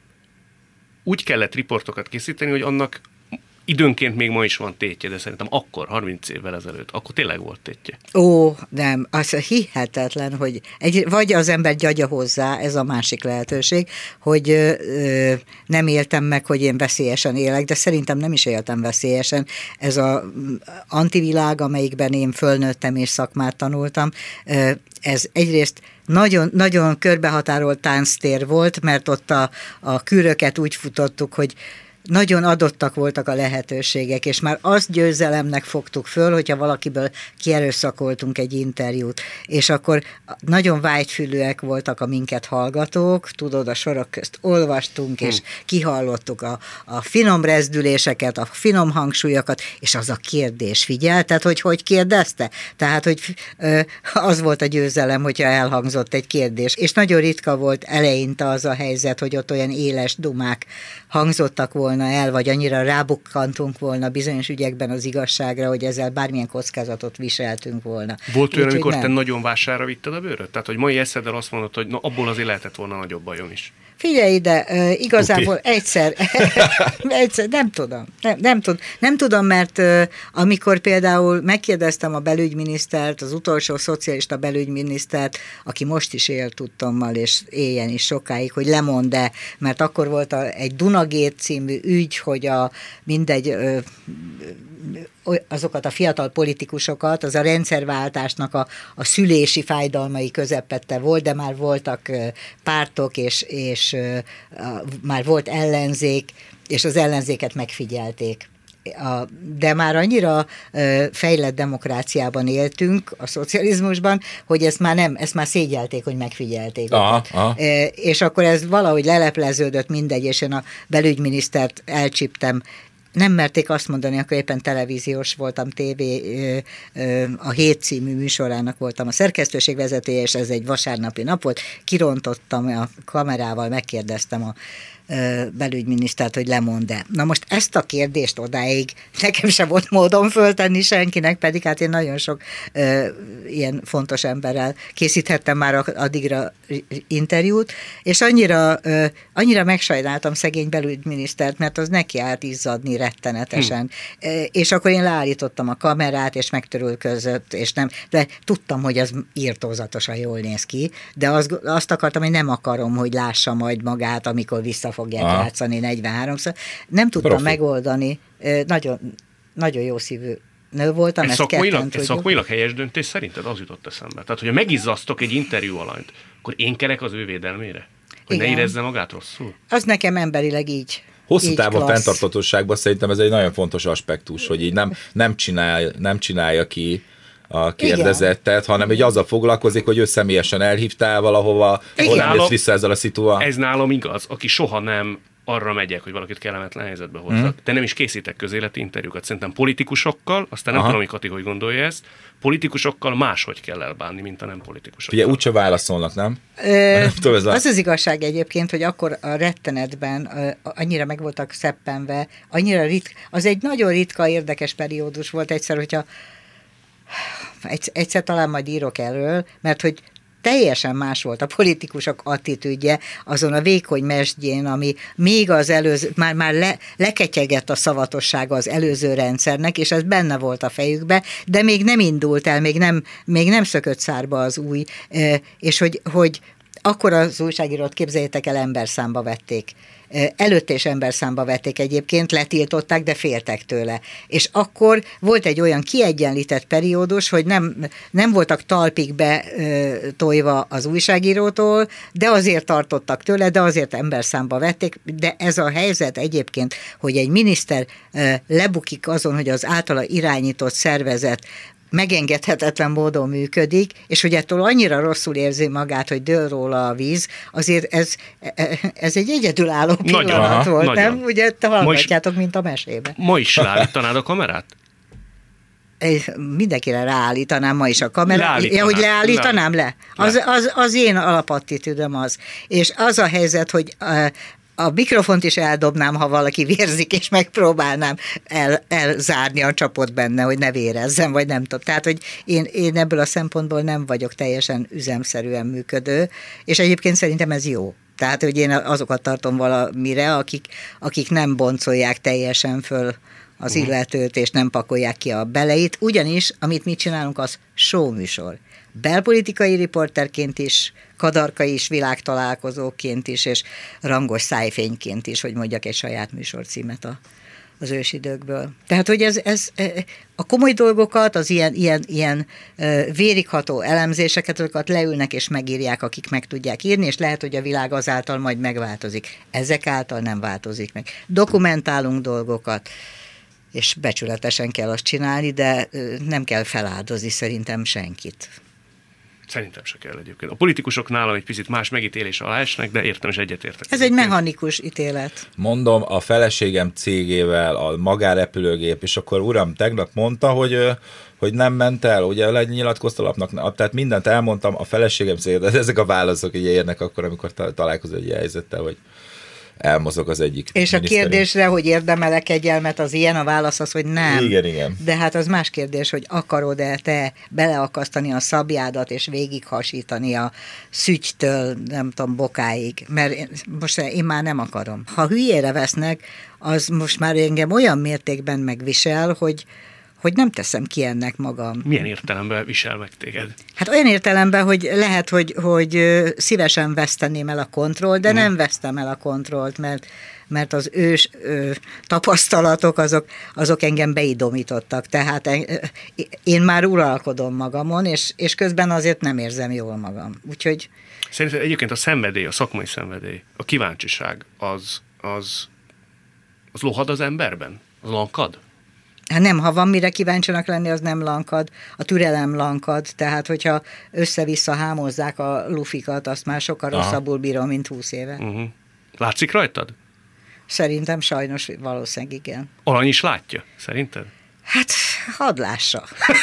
úgy kellett riportokat készíteni, hogy annak időnként még ma is van tétje, de szerintem akkor, harminc évvel ezelőtt, akkor tényleg volt tétje. Ó, nem, az hihetetlen, hogy egy, vagy az ember gyagya hozzá, ez a másik lehetőség, hogy ö, nem éltem meg, hogy én veszélyesen élek, de szerintem nem is éltem veszélyesen. Ez az antivilág, amelyikben én fölnőttem és szakmát tanultam, ö, ez egyrészt nagyon, nagyon körbehatárolt tánctér volt, mert ott a, a küröket úgy futottuk, hogy nagyon adottak voltak a lehetőségek, és már azt győzelemnek fogtuk föl, hogyha valakiből kierőszakoltunk egy interjút, és akkor nagyon vágyfülűek voltak a minket hallgatók, tudod, a sorok közt olvastunk, és kihallottuk a, a finom rezdüléseket, a finom hangsúlyokat, és az a kérdés, figyelted, hogy hogy kérdezte? Tehát, hogy az volt a győzelem, hogyha elhangzott egy kérdés, és nagyon ritka volt eleinte az a helyzet, hogy ott olyan éles dumák hangzottak volna el, vagy annyira rábukkantunk volna bizonyos ügyekben az igazságra, hogy ezzel bármilyen kockázatot viseltünk volna. Volt olyan, Úgy, amikor nem. te nagyon vására vitted a bőröt? Tehát, hogy mai eszeddel azt mondod, hogy na, abból azért lehetett volna nagyobb bajom is. Figyelj ide, uh, igazából Upi. egyszer, egyszer, nem tudom, nem, nem, tud, nem tudom, mert uh, amikor például megkérdeztem a belügyminisztert, az utolsó szocialista belügyminisztert, aki most is él tudtommal, és éljen is sokáig, hogy lemond-e, mert akkor volt a, egy Dunagét című ügy, hogy a mindegy uh, azokat a fiatal politikusokat, az a rendszerváltásnak a, a szülési fájdalmai közepette volt, de már voltak pártok, és, és már volt ellenzék, és az ellenzéket megfigyelték. A, de már annyira ö, fejlett demokráciában éltünk a szocializmusban, hogy ezt már nem, ezt már szégyelték, hogy megfigyelték. Aha, aha. E, és akkor ez valahogy lelepleződött mindegy, és én a belügyminisztert elcsíptem. Nem merték azt mondani, akkor éppen televíziós voltam, tévé, a Hét című műsorának voltam a szerkesztőségvezetője, és ez egy vasárnapi nap volt. Kirontottam a kamerával, megkérdeztem a belügyminisztert, hogy lemond-e. Na most ezt a kérdést odáig nekem sem volt módon föltenni senkinek, pedig hát én nagyon sok ö, ilyen fontos emberrel készíthettem már addigra interjút, és annyira, ö, annyira megsajnáltam szegény belügyminisztert, mert az neki állt izzadni rettenetesen. Hm. E, és akkor én leállítottam a kamerát, és megtörülközött, és nem, de tudtam, hogy az írtózatosan jól néz ki, de azt, azt akartam, hogy nem akarom, hogy lássa majd magát, amikor vissza fogják Aha. játszani negyvenháromszor. Nem tudtam Profi. megoldani. Nagyon, nagyon jó szívű nő voltam. Ez szakmailag, ez szakmailag helyes döntés szerinted? Az jutott eszembe. Tehát, hogyha megizzasztok egy interjú alanyt, akkor én kerek az ő védelmére? Hogy Igen. ne érezze magát rosszul? Az nekem emberileg így. Hosszú távon fenntarthatóságban szerintem ez egy nagyon fontos aspektus, hogy így nem, nem, csinál, nem csinálja ki a kérdezettet, hanem így azzal foglalkozik, hogy ő személyesen elhívtál valahova, hol nem jössz vissza ezzel a szituával. Ez nálam igaz, aki soha nem arra megyek, hogy valakit kellemetlen helyzetbe hozzak. Mm. De nem is készítek közéleti interjúkat. Szerintem politikusokkal, aztán nem Aha. tudom, hogy Kati, hogy gondolja ezt, politikusokkal máshogy kell elbánni, mint a nem politikusokkal. Ugye úgyse válaszolnak, nem? Ö, az az az igazság egyébként, hogy akkor a rettenetben ö, annyira meg voltak szeppenve, annyira ritka, az egy nagyon ritka, érdekes periódus volt egyszer, hogyha Egyszer talán majd írok erről, mert hogy teljesen más volt a politikusok attitűdje azon a vékony mesdjén, ami még az előző, már, már le, leketyegett a szavatossága az előző rendszernek, és ez benne volt a fejükbe, de még nem indult el, még nem, még nem szökött szárba az új, és hogy, hogy akkor az újságírót, képzeljétek el, emberszámba vették. előtt és emberszámba vették egyébként, letiltották, de féltek tőle. És akkor volt egy olyan kiegyenlített periódus, hogy nem, nem voltak talpig betolva az újságírótól, de azért tartottak tőle, de azért emberszámba vették, de ez a helyzet egyébként, hogy egy miniszter lebukik azon, hogy az általa irányított szervezet megengedhetetlen módon működik, és hogy ettől annyira rosszul érzi magát, hogy dől róla a víz, azért ez, ez egy egyedülálló pillanat nagyon, volt, nagyon. nem? Ugye te hallgatjátok, mint a mesébe. Ma is leállítanád a kamerát? Mindenkire ráállítanám ma is a kamerát. Ja, hogy leállítanám le? le. Az, az, az én alapattitűdöm az. És az a helyzet, hogy a mikrofont is eldobnám, ha valaki vérzik, és megpróbálnám el, elzárni a csapot benne, hogy ne vérezzen, vagy nem tudom. Tehát, hogy én, én ebből a szempontból nem vagyok teljesen üzemszerűen működő, és egyébként szerintem ez jó. Tehát, hogy én azokat tartom valamire, akik, akik nem boncolják teljesen föl az illetőt, és nem pakolják ki a beleit. Ugyanis, amit mi csinálunk, az show műsor. Belpolitikai riporterként is, kadarkai is, világtalálkozóként is, és rangos szájfényként is, hogy mondjak egy saját műsorcímet a, az ősidőkből. Tehát, hogy ez, ez a komoly dolgokat, az ilyen, ilyen, ilyen vérigható elemzéseket, azokat leülnek és megírják, akik meg tudják írni, és lehet, hogy a világ azáltal majd megváltozik. Ezek által nem változik meg. Dokumentálunk dolgokat, és becsületesen kell azt csinálni, de nem kell feláldozni szerintem senkit. Szerintem se kell egyébként. A politikusok nálam egy picit más megítélés alá esnek, de értem és egyetértek. Ez egy mechanikus ítélet. Mondom, a feleségem cégével, a magánrepülőgép, és akkor uram, tegnap mondta, hogy, hogy nem ment el, ugye lenyilatkozta lapnak, tehát mindent elmondtam, a feleségem cégével, de ezek a válaszok így érnek akkor, amikor találkozol egy helyzettel, hogy elmozog az egyik. És a kérdésre, hogy érdemel-e kegyelmet, az ilyen, a válasz az, hogy nem. Igen, igen. De hát az más kérdés, hogy akarod-e te beleakasztani a szabjádat, és végighasítani a szügytől, nem tudom, bokáig. Mert én, most én már nem akarom. Ha hülyére vesznek, az most már engem olyan mértékben megvisel, hogy hogy nem teszem ki ennek magam. Milyen értelemben visel meg téged? Hát olyan értelemben, hogy lehet, hogy, hogy szívesen veszteném el a kontrollt, de mm. nem vesztem el a kontrollt, mert, mert az ős ö, tapasztalatok azok, azok engem beidomítottak. Tehát én már uralkodom magamon, és, és közben azért nem érzem jól magam. Úgyhogy... Szerintem egyébként a szenvedély, a szakmai szenvedély, a kíváncsiság, az, az, az lohad az emberben? Az lankad? Hát nem, ha van mire kíváncsinak lenni, az nem lankad, a türelem lankad, tehát hogyha össze-vissza hámozzák a lufikat, azt már sokkal Aha. rosszabbul bírom, mint húsz éve. Uh-huh. Látszik rajtad? Szerintem sajnos valószínűleg igen. Arany is látja, szerinted? Hát, hadd lássa.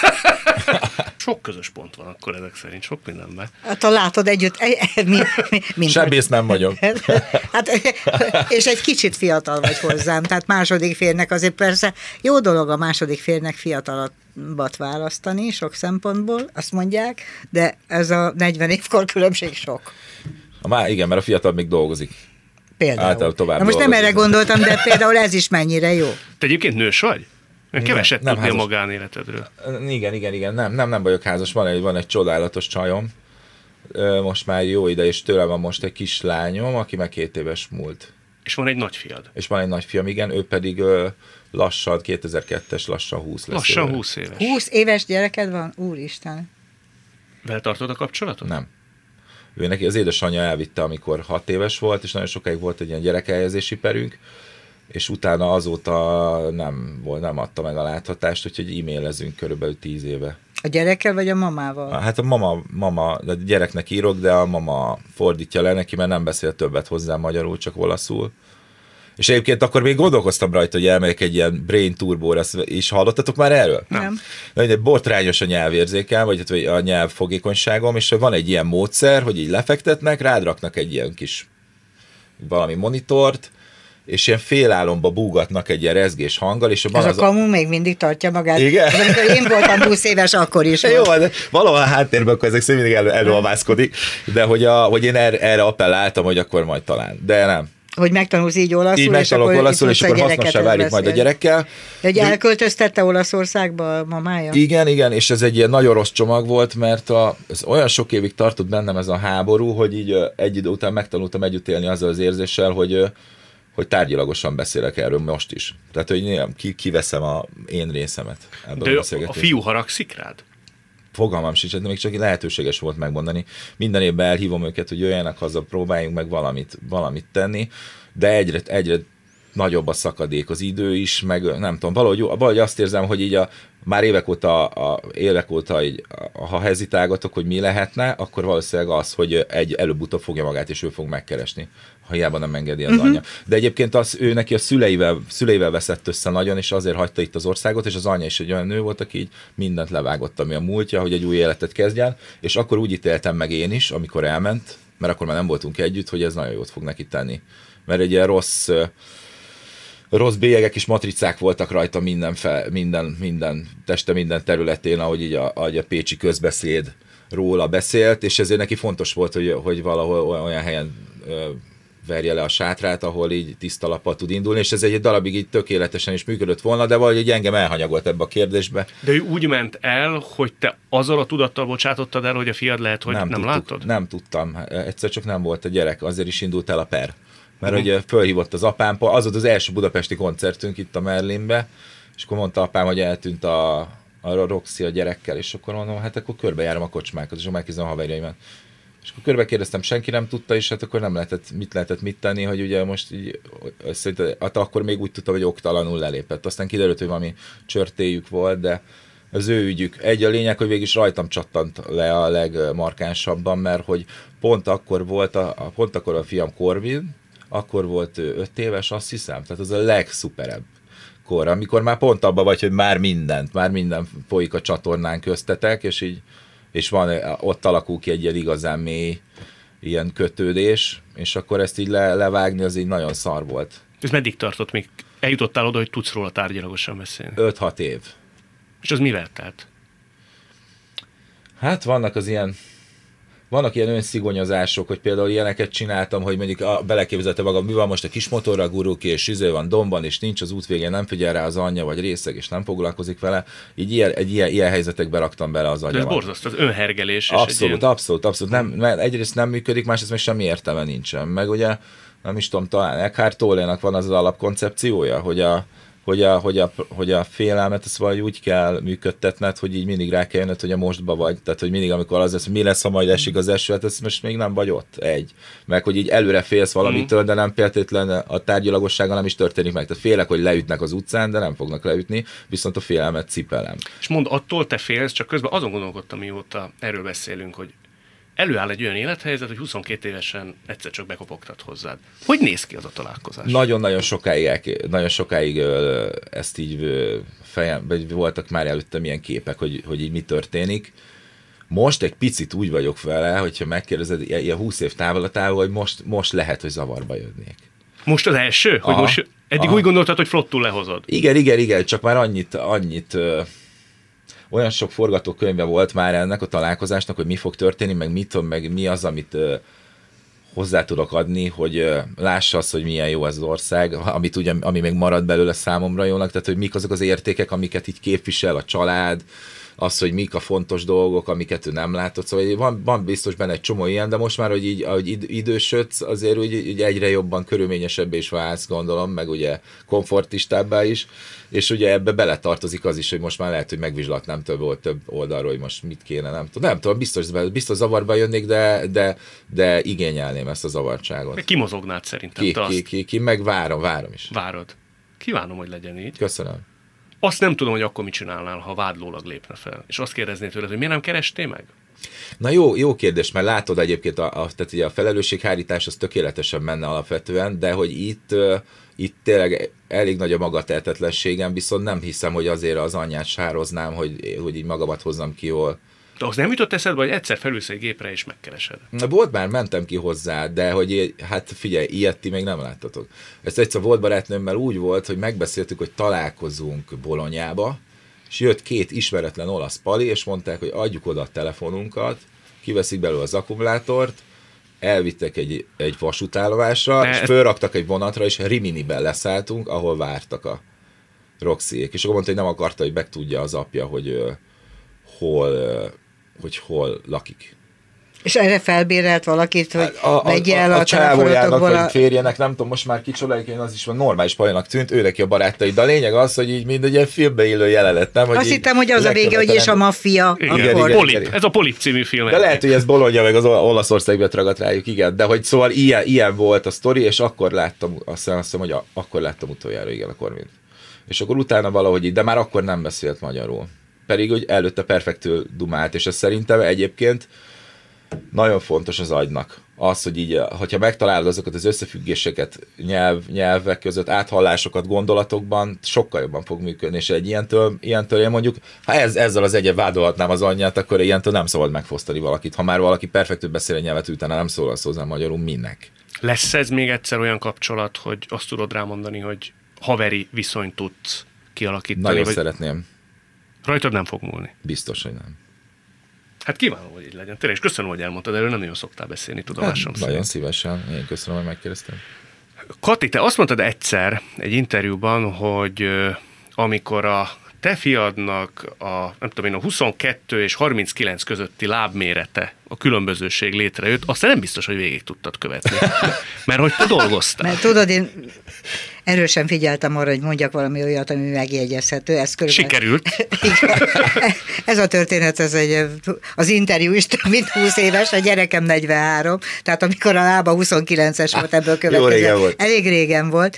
Sok közös pont van akkor ezek szerint, sok mindenben. Hát ha látod együtt... Mi, mi, Sebész nem vagyok. Hát, és egy kicsit fiatal vagy hozzám, tehát második férnek azért persze jó dolog a második férnek fiatalabbat választani, sok szempontból, azt mondják, de ez a negyven évkor különbség sok. Már igen, mert a fiatal még dolgozik. Például. Na most nem erre gondoltam, de például ez is mennyire jó. Te egyébként nős vagy? Keveset nem, tudni nem a magánéletedről. Igen, igen, igen. Nem, nem, nem vagyok házas. Van egy, van egy csodálatos csajom. Most már jó ide, és tőlem van most egy kislányom, aki meg két éves múlt. És van egy nagyfiad. És van egy nagyfiam, igen. Ő pedig lassan, kétezer-kettes, lassan húsz lesz. Lassan húsz éves. húsz éves gyereked van? Úristen. Vele tartod a kapcsolatot? Nem. Ő neki az édesanyja elvitte, amikor hat éves volt, és nagyon sokáig volt egy ilyen gyerekelhelyezési perünk, és utána azóta nem, volt, nem adta meg a láthatást, úgyhogy e-mailezünk körülbelül tíz éve. A gyerekkel vagy a mamával? Hát a mama, mama, a gyereknek írok, de a mama fordítja le neki, mert nem beszél többet hozzá magyarul, csak olaszul. És egyébként akkor még gondolkoztam rajta, hogy elmegyek egy ilyen brain turbóra, és hallottatok már erről? Nem. Nem. Botrányos a nyelvérzékem, vagy a nyelvfogékonyságom, és van egy ilyen módszer, hogy így lefektetnek, rád raknak egy ilyen kis valami monitort, és ilyen félálomba búgatnak egy ilyen rezgés hanggal, és van ez az a kamu még mindig tartja magát. Igen? Ez amikor én voltam húsz éves, akkor is jó, de valahol a háttérben akkor ezek szerint mindig elő, előalmászkodik, de hogy, a, hogy én erre, erre appelláltam, hogy akkor majd talán. De nem. Hogy megtanulsz így olaszul, így és akkor, olaszul, és akkor hasznosan várjuk majd a gyerekkel. Hogy elköltöztette Olaszországba a mamája? Igen, igen, és ez egy ilyen nagyon rossz csomag volt, mert a, ez olyan sok évig tartott bennem ez a háború, hogy így egy idő után megtanultam együtt élni azzal az érzéssel, hogy hogy tárgyilagosan beszélek erről most is. Tehát, hogy nem, ki, kiveszem a én részemet ebből a beszélgetésből. A fiú haragszik rád? Fogalmam sincs, de még csak lehetőséges volt megmondani. Minden évben elhívom őket, hogy jöjjenek haza, próbáljunk meg valamit, valamit tenni, de egyre, egyre nagyobb a szakadék, az idő is, meg nem tudom, valahogy, valahogy azt érzem, hogy így a, már évek óta, a, évek óta így, ha hezitálgatok, hogy mi lehetne, akkor valószínűleg az, hogy egy előbb-utóbb fogja magát, és ő fog megkeresni, ha hiába nem engedi az uh-huh. anyja. De egyébként az, ő neki a szüleivel, szüleivel veszett össze nagyon, és azért hagyta itt az országot, és az anyja is egy olyan nő volt, aki így mindent levágott, ami a múltja, hogy egy új életet kezdjen, és akkor úgy ítéltem meg én is, amikor elment, mert akkor már nem voltunk együtt, hogy ez nagyon jót fog neki tenni. Mert egy ilyen rossz rossz bélyegek és matricák voltak rajta minden, fel, minden, minden teste, minden területén, ahogy így a, ahogy a pécsi közbeszéd róla beszélt, és ezért neki fontos volt, hogy, hogy valahol olyan helyen ö, verje le a sátrát, ahol így tiszta lappal tud indulni, és ez egy darabig így tökéletesen is működött volna, de valahogy engem elhanyagolt ebbe a kérdésbe. De ő úgy ment el, hogy te azzal a tudattal bocsátottad el, hogy a fiad lehet, hogy nem, nem tudtuk, látod? Nem tudtam. Egyszer csak nem volt a gyerek, azért is indult el a per. Mert uh-huh. hogy fölhívott az apám, az volt az első budapesti koncertünk itt a Merlinbe, és akkor mondta apám, hogy eltűnt a, a Roxy a gyerekkel, és akkor mondom, hát akkor körbejárom a kocsmákat, és akkor megkérdezem a haverjaimat. És akkor körbe kérdeztem, senki nem tudta, és hát akkor nem lehetett, mit lehetett mit tenni, hogy ugye most így, hát akkor még úgy tudtam, hogy oktalanul lelépett. Aztán kiderült, hogy valami csörtéjük volt, de az ő ügyük. Egy a lényeg, hogy végig is rajtam csattant le a legmarkánsabban, mert hogy pont akkor volt a, a pont akkor a fiam Corvin, akkor volt öt éves, azt hiszem, tehát az a legszuperebb kor, amikor már pont abban vagy, hogy már mindent, már minden folyik a csatornán köztetek, és így, és van, ott alakul ki egy ilyen igazán mély ilyen kötődés, és akkor ezt így le, levágni, az így nagyon szar volt. Ez meddig tartott, még eljutottál oda, hogy tudsz róla tárgyilagosan beszélni? öt-hat év. És az mivel telt? Hát vannak az ilyen Vannak ilyen önszigonyozások, hogy például ilyeneket csináltam, hogy mondjuk a, beleképzelte magam, mi van most a kis motorra gurul ki, és izé van domban, és nincs az út végén, nem figyel rá az anyja, vagy részeg, és nem foglalkozik vele. Így ilyen, egy ilyen, ilyen helyzetekbe raktam bele az agyamat. De ez borzasztó, az önhergelés. Abszolút, ilyen... abszolút, abszolút. Nem, mert egyrészt nem működik, másrészt még semmi értelme nincsen. Meg ugye, nem is tudom, talán Eckhart Tollénak van az az alapkoncepciója, hogy a Hogy a, hogy, a, hogy a félelmet ezt valahogy úgy kell működtetned, hogy így mindig rá kell jönnöd, hogy a mostba vagy. Tehát, hogy mindig, amikor az lesz, hogy mi lesz, ha majd esik az eső, hát ez most még nem vagy ott. Egy. Meg, hogy így előre félsz valamitől, de nem feltétlenül a tárgyilagossággal nem is történik meg. Tehát félek, hogy leütnek az utcán, de nem fognak leütni, viszont a félelmet cipelem. És mondd, attól te félsz, csak közben azon gondolkodtam, mióta erről beszélünk, hogy előáll egy olyan élethelyzet, hogy huszonkét évesen egyszer csak bekopogtat hozzád. Hogy néz ki az a találkozás? Nagyon-nagyon sokáig, nagyon sokáig ezt így fejem, vagy voltak már előttem ilyen képek, hogy, hogy így mi történik. Most egy picit úgy vagyok vele, hogyha megkérdezed ilyen húsz év távlatával, hogy most, most lehet, hogy zavarba jönnék. Most az első? Hogy most eddig aha. úgy gondoltad, hogy flottul lehozod? Igen, igen, igen, csak már annyit, annyit olyan sok forgatókönyve volt már ennek a találkozásnak, hogy mi fog történni, meg mit, meg mi az, amit uh, hozzá tudok adni, hogy uh, lássa azt, hogy milyen jó ez az ország, amit ugye, ami még marad belőle számomra jónak, tehát hogy mik azok az értékek, amiket így képvisel a család, az, hogy mik a fontos dolgok, amiket ő nem látott. Szóval van, van biztos benne egy csomó ilyen, de most már, hogy így ahogy idősödsz, azért úgy, úgy egyre jobban körülményesebbé is válsz, gondolom, meg ugye komfortistábbá is, és ugye ebbe beletartozik az is, hogy most már lehet, hogy megvizslatnám több, több oldalról, hogy most mit kéne, nem tudom. Nem tudom, biztos, biztos zavarba jönnék, de, de, de igényelném ezt a zavartságot. Kimozognád szerintem. Ki, ki, ki, ki, meg várom, várom is. Várod. Kívánom, hogy legyen így. Köszönöm. Azt nem tudom, hogy akkor mit csinálnál, ha vádlólag lépne fel. És azt kérdeznéd tőled, hogy miért nem kerestél meg? Na jó, jó kérdés, mert látod egyébként, a, a, tehát ugye a felelősséghárítás az tökéletesen menne alapvetően, de hogy itt, uh, itt tényleg elég nagy a magatehetetlenségem, viszont nem hiszem, hogy azért az anyját sároznám, hogy, hogy így magamat hozzam ki jól. De az nem jutott eszedbe, hogy egyszer felülsz egy gépre és megkeresed? Na, volt már, mentem ki hozzá, de hogy hát figyelj, ilyet ti még nem láttatok. Ez egyszer volt barátnőmmel úgy volt, hogy megbeszéltük, hogy találkozunk Bolonyába, és jött két ismeretlen olasz pali, és mondták, hogy adjuk oda a telefonunkat, kiveszik belőle az akkumulátort, elvittek egy, egy vasútállomásra, ne. És fölraktak egy vonatra, és Riminiben leszálltunk, ahol vártak a Roxyék. És akkor mondta, hogy nem akarta, hogy megtudja az apja, hogy uh, hol... Uh, hogy hol lakik. És erre felbérelt valakit, hogy a, a, vegye el a, a, a csávójának, a... vagy férjenek, nem tudom, most már kicsolálik, én az is van normális pajának tűnt, ő neki a barátai, de a lényeg az, hogy így mind egy ilyen filmbe élő jelenet, nem? Hogy azt hittem, hogy az a vége, hogy és a maffia. Igen, igen, akkor... igen, Polip, igen. ez a Polip című film. De lehet, hogy ez Bologna meg az Olaszországban ragadt rájuk, igen, de hogy szóval ilyen, ilyen volt a sztori, és akkor láttam, azt hiszem, azt hiszem hogy a, akkor láttam utoljára, igen, a Korvint. És akkor utána valahogy így, de már akkor nem beszélt magyarul. Pedig hogy előtte perfektül dumált, és ez szerintem egyébként nagyon fontos az agynak. Az, hogy így, hogyha megtalálod azokat az összefüggéseket nyelv, nyelvek között, áthallásokat gondolatokban, sokkal jobban fog működni, és egy ilyentől, ilyentől én mondjuk, ha ez, ezzel az egyet vádolhatnám az anyját, akkor ilyentől nem szabad megfosztani valakit. Ha már valaki perfektül beszél egy nyelvet, utána nem szól hozzá magyarul, minek. Lesz ez még egyszer olyan kapcsolat, hogy azt tudod rámondani, hogy haveri viszonyt tudsz kialakítani? Nagyon vagy... szeretném. Rajtad nem fog múlni. Biztos, hogy nem. Hát kívánom, hogy így legyen. Tényleg, és köszönöm, hogy elmondtad, erről nem nagyon szoktál beszélni, tudomásom Hát, szerint. nagyon szívesen. Én köszönöm, hogy megkérdeztem. Kati, te azt mondtad egyszer egy interjúban, hogy euh, amikor a te fiadnak a, nem tudom én, a huszonkettő és harminckilenc közötti lábmérete, a különbözőség létrejött, azt nem biztos, hogy végig tudtad követni. Mert hogy te dolgoztál. Mert tudod, én erősen figyeltem arra, hogy mondjak valami olyat, ami megjegyezhető. Ez körülbelül... Sikerült. Ez a történet, ez egy, az interjú is több mint húsz éves, a gyerekem negyvenhárom, tehát amikor a lába huszonkilences volt, ebből következő. Elég régen volt,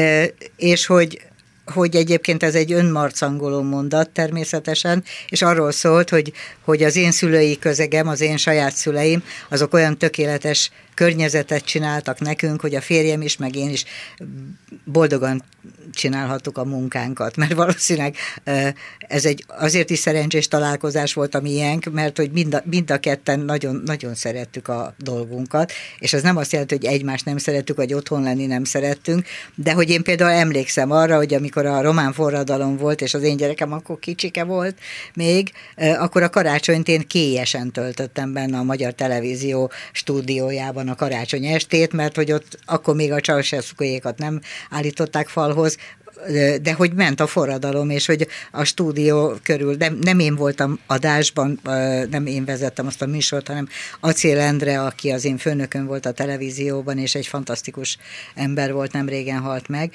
és hogy hogy egyébként ez egy önmarcangoló mondat természetesen, és arról szólt, hogy, hogy az én szülői közegem, az én saját szüleim, azok olyan tökéletes környezetet csináltak nekünk, hogy a férjem is, meg én is boldogan csinálhattuk a munkánkat, mert valószínűleg ez egy azért is szerencsés találkozás volt a miénk, mert hogy mind a, mind a ketten nagyon, nagyon szerettük a dolgunkat, és ez nem azt jelenti, hogy egymást nem szerettük, vagy otthon lenni nem szerettünk, de hogy én például emlékszem arra, hogy amikor a román forradalom volt, és az én gyerekem akkor kicsike volt még, akkor a karácsonyt én kélyesen töltöttem benne a Magyar Televízió stúdiójában a karácsony estét, mert hogy ott akkor még a Ceausescuékat nem állították falhoz, de hogy ment a forradalom, és hogy a stúdió körül, nem, nem én voltam adásban, nem én vezettem azt a műsort, hanem Acél Endre, aki az én főnökön volt a televízióban, és egy fantasztikus ember volt, nem régen halt meg.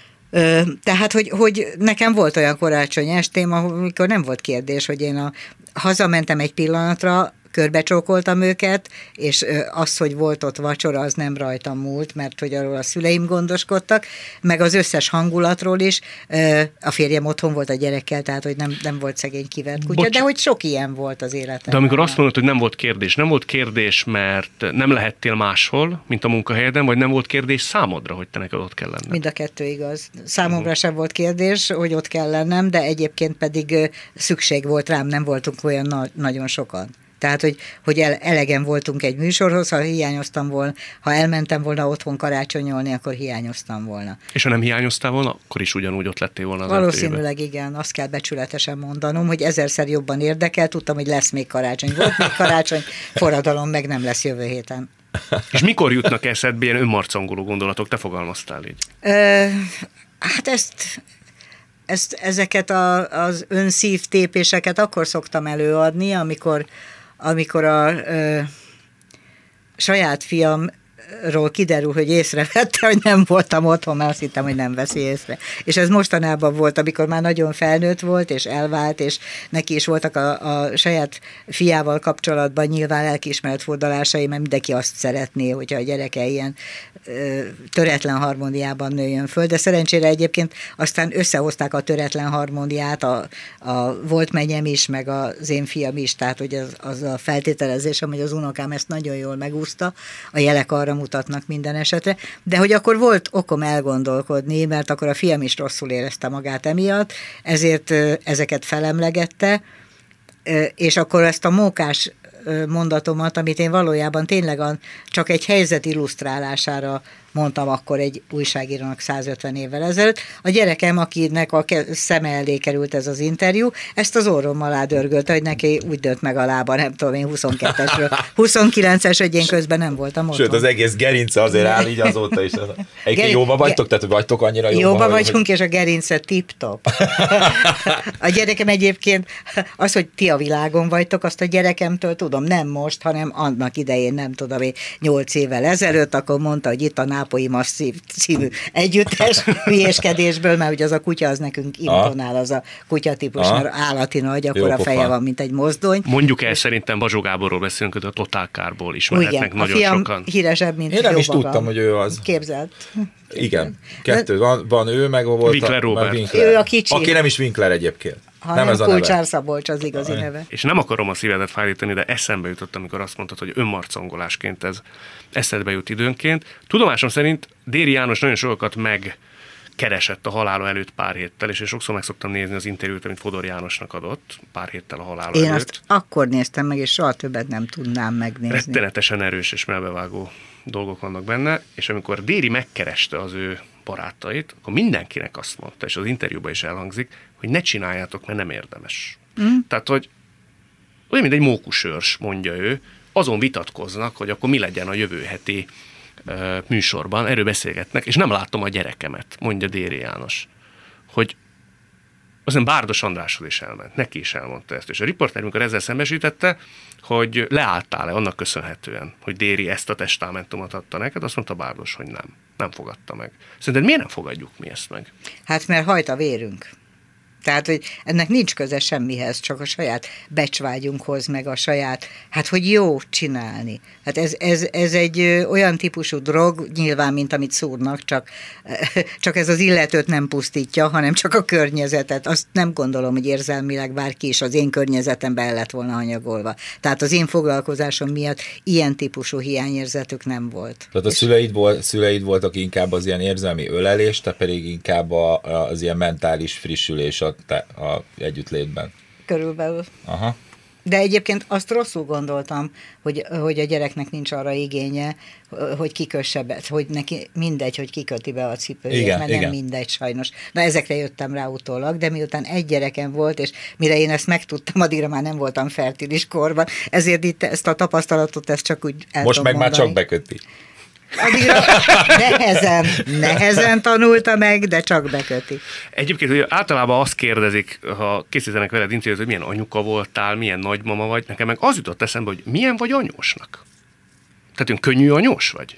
Tehát, hogy, hogy nekem volt olyan karácsony estém, amikor nem volt kérdés, hogy én a, hazamentem egy pillanatra, körbecsókoltam őket, és az, hogy volt ott vacsora, az nem rajtam múlt, mert hogy arról a szüleim gondoskodtak, meg az összes hangulatról is. A férjem otthon volt a gyerekkel, tehát hogy nem, nem volt szegény kivert kutya, Bocs. de hogy sok ilyen volt az életemben. De amikor azt mondod, hogy nem volt kérdés, nem volt kérdés, mert nem lehettél máshol, mint a munkahelyeden, vagy nem volt kérdés számodra, hogy te neked ott kell lenned? Mind a kettő igaz. Számomra uh-huh. sem volt kérdés, hogy ott kell lennem, de egyébként pedig szükség volt rám, nem voltunk olyan na- nagyon sokan. Tehát, hogy, hogy elegen voltunk egy műsorhoz, ha hiányoztam volna, ha elmentem volna otthon karácsonyolni, akkor hiányoztam volna. És ha nem hiányoztál volna, akkor is ugyanúgy ott lettél volna az Valószínűleg em té vé-ben. Igen, azt kell becsületesen mondanom, hogy ezerszer jobban érdekel, tudtam, hogy lesz még karácsony. Volt még karácsony, forradalom meg nem lesz jövő héten. És mikor jutnak eszedbe ilyen önmarcangoló gondolatok? Te fogalmaztál így. Ö, hát ezt... Ezt, ezeket a, az önszívtépéseket akkor szoktam előadni, amikor, amikor a ö, saját fiamról kiderül, hogy észrevette, hogy nem voltam otthon, mert azt hittem, hogy nem veszi észre. És ez mostanában volt, amikor már nagyon felnőtt volt, és elvált, és neki is voltak a, a saját fiával kapcsolatban nyilván lelkiismeret fordulásai, mert mindenki azt szeretné, hogyha a gyereke ilyen ö, töretlen harmóniában nőjön föl, de szerencsére egyébként aztán összehozták a töretlen harmóniát, a, a volt menyem is, meg az én fiam is, tehát hogy az, az a feltételezésem, hogy az unokám ezt nagyon jól megúszta, a jelek arra mutatnak minden esetre, de hogy akkor volt okom elgondolkodni, mert akkor a fiam is rosszul érezte magát emiatt, ezért ezeket felemlegette, és akkor ezt a mókás mondatomat, amit én valójában tényleg csak egy helyzet illusztrálására mondtam akkor egy újságírónak százötven évvel ezelőtt. A gyerekem, akinek a szeme elé került ez az interjú, ezt az orrom alá dörgölte, hogy neki úgy dönt meg a lába, nem tudom én, huszonkettesről. huszonkilences, hogy én közben nem voltam otthon. Sőt, az egész gerince azért áll így azóta is. Egyébként Gerin... jóba vagytok? Tehát vagytok annyira jóba? Jóba vagyunk, hogy... és a gerince tip-top. A gyerekem egyébként az, hogy ti a világon vagytok, azt a gyerekemtől tudom, nem most, hanem annak idején, nem tudom én, nyolc évvel ezelőtt, akkor mondta, hogy itt a Nápolyi Masszív című együttes hülyéskedésből, mert ugye az a kutya, az nekünk imponál, az a kutyatípus, mert állati nagy, akkor a feje van, mint egy mozdony. Mondjuk el, szerintem Bazsó Gáborról beszélünk, hogy a Total Car-ból ismerhetnek igen, nagyon a fiam sokan. híresebb, mint én nem is maga. tudtam, hogy ő az. Képzelt. Igen, kettő. Van, van ő, meg volt Winkler Robert. Winkler. Ő a kicsi. Aki nem is Winkler egyébként. Ha nem nem ez a Kulcsár neve. Szabolcs az igazi neve. És nem akarom a szívedet fájítani, de eszembe jutott, amikor azt mondtad, hogy önmarcangolásként ez eszedbe jut időnként. Tudomásom szerint Déri János nagyon sokat megkeresett a halála előtt pár héttel, és én sokszor meg szoktam nézni az interjút, amit Fodor Jánosnak adott pár héttel a halála én előtt. azt akkor néztem meg, és soha többet nem tudnám megnézni. Rettenetesen erős és melbevágó dolgok vannak benne, és amikor Déri megkereste az ő barátait, akkor mindenkinek azt mondta, és az interjúban is elhangzik, hogy ne csináljátok, mert nem érdemes. Mm. Tehát, hogy olyan, mint egy mókusőrs, mondja ő, azon vitatkoznak, hogy akkor mi legyen a jövő heti uh, műsorban, erről beszélgetnek, és nem látom a gyerekemet, mondja Déri János, hogy aztán Bárdos Andráshoz is elment, neki is elmondta ezt, és a riporter, amikor ezzel szembesítette, hogy leálltál-e annak köszönhetően, hogy Déri ezt a testamentumot adta neked, azt mondta Bárdos, hogy nem, nem fogadta meg. Szerinted miért nem fogadjuk mi ezt meg? Hát mert hajt a vérünk. Tehát, hogy ennek nincs köze semmihez, csak a saját becsvágyunkhoz, meg a saját, hát, hogy jó csinálni. Hát ez, ez, ez egy olyan típusú drog, nyilván, mint amit szúrnak, csak, csak ez az illetőt nem pusztítja, hanem csak a környezetet. Azt nem gondolom, hogy érzelmileg bárki is az én környezetemben el lett volna hanyagolva. Tehát az én foglalkozásom miatt ilyen típusú hiányérzetük nem volt. Tehát a szüleid, volt, szüleid voltak inkább az ilyen érzelmi ölelés, te pedig inkább a, az ilyen mentális frissülés a Te, a együttlétben. Körülbelül. Aha. De egyébként azt rosszul gondoltam, hogy, hogy a gyereknek nincs arra igénye, hogy kikösse be, hogy neki mindegy, hogy kiköti be a cipőjét, igen, mert igen. nem mindegy sajnos. Na ezekre jöttem rá utólag, de miután egy gyerekem volt, és mire én ezt megtudtam, addigra már nem voltam fertilis korban, ezért itt ezt a tapasztalatot ezt csak úgy el Most meg mondani. már csak beköti. Addigra nehezen, nehezen tanulta meg, de csak beköti. Egyébként hogy általában azt kérdezik, ha készítenek veled interjút, hogy milyen anyuka voltál, milyen nagymama vagy, nekem meg az jutott eszembe, hogy milyen vagy anyósnak. Tehát ön könnyű anyós vagy?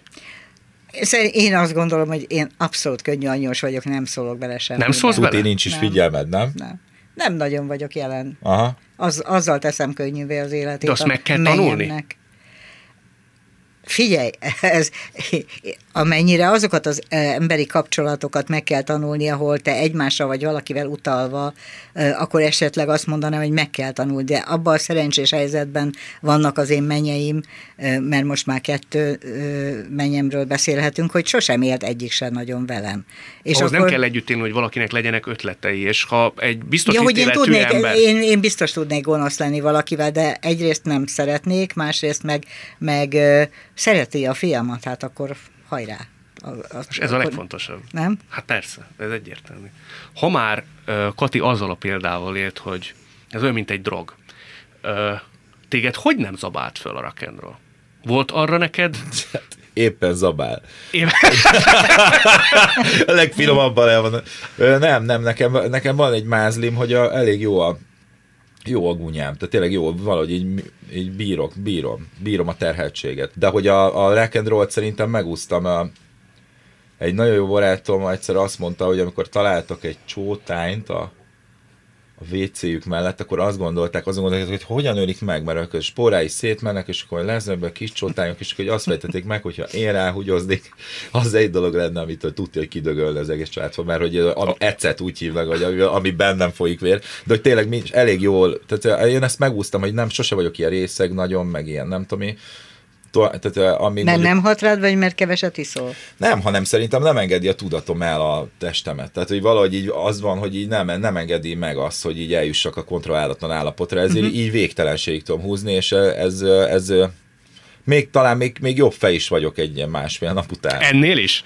Én azt gondolom, hogy én abszolút könnyű anyós vagyok, nem szólok bele semmi. Nem szólsz bele? Tuti nincs is nem. Figyelmed, nem? Nem. Nem nagyon vagyok jelen. Aha. Az, azzal teszem könnyűvé az életét. De azt meg kell tanulni? Menyemnek. Figyelj, ez, amennyire azokat az emberi kapcsolatokat meg kell tanulni, ahol te egymásra vagy valakivel utalva, akkor esetleg azt mondanám, hogy meg kell tanulni, de abban a szerencsés helyzetben vannak az én menyeim, mert most már kettő menyemről beszélhetünk, hogy sosem élt egyik sem nagyon velem. És ahhoz akkor... nem kell együtt élni, hogy valakinek legyenek ötletei, és ha egy biztos ja, hogy én, tudnék, ember... én, én biztos tudnék gonosz lenni valakivel, de egyrészt nem szeretnék, másrészt meg, meg szereti a fiamat, hát akkor hajrá. Az, és ez akkor... a legfontosabb. Nem? Hát persze, ez egyértelmű. Ha már uh, Kati azzal a példával élt, hogy ez olyan, mint egy drog, uh, téged hogy nem zabált föl a rock and roll? Volt arra neked? Éppen zabál. Éppen. A legfinomabban elmondom. Nem, nem, nekem, nekem van egy mázlim, hogy a, elég jó a jó a gunyám, tehát tényleg jó, valahogy így, így bírok, bírom, bírom a terheltséget. De hogy a, a rock and roll-t szerintem megúsztam. A, egy nagyon jó barátom egyszer azt mondta, hogy amikor találtak egy csótányt a, a vé céjük mellett, akkor azt gondolták, azon gondolták, hogy hogyan ölik meg, mert a spórái szétmennek, és akkor lesz ebben kis csótányok, és akkor azt fejtették meg, hogyha én ráhúgyoznék, az egy dolog lenne, amitől tudja, hogy kidögölne az egész családba, mert hogy ami ecet úgy hívnak, vagy ami bennem folyik vér, de hogy tényleg nincs, elég jól, tehát én ezt megúsztam, hogy nem, sose vagyok ilyen részeg nagyon, meg ilyen, nem tudom én. Tehát, ami mert mondjuk, nem hat rád, vagy mert keveset iszol? Nem, hanem szerintem nem engedi a tudatom el a testemet. Tehát, hogy valahogy így az van, hogy így nem, nem engedi meg azt, hogy így eljussak a kontrollálatlan állapotra, ezért uh-huh. így végtelenségig tudom húzni, és ez, ez Még talán még, még jobb fej is vagyok egy ilyen másfél nap után. Ennél is?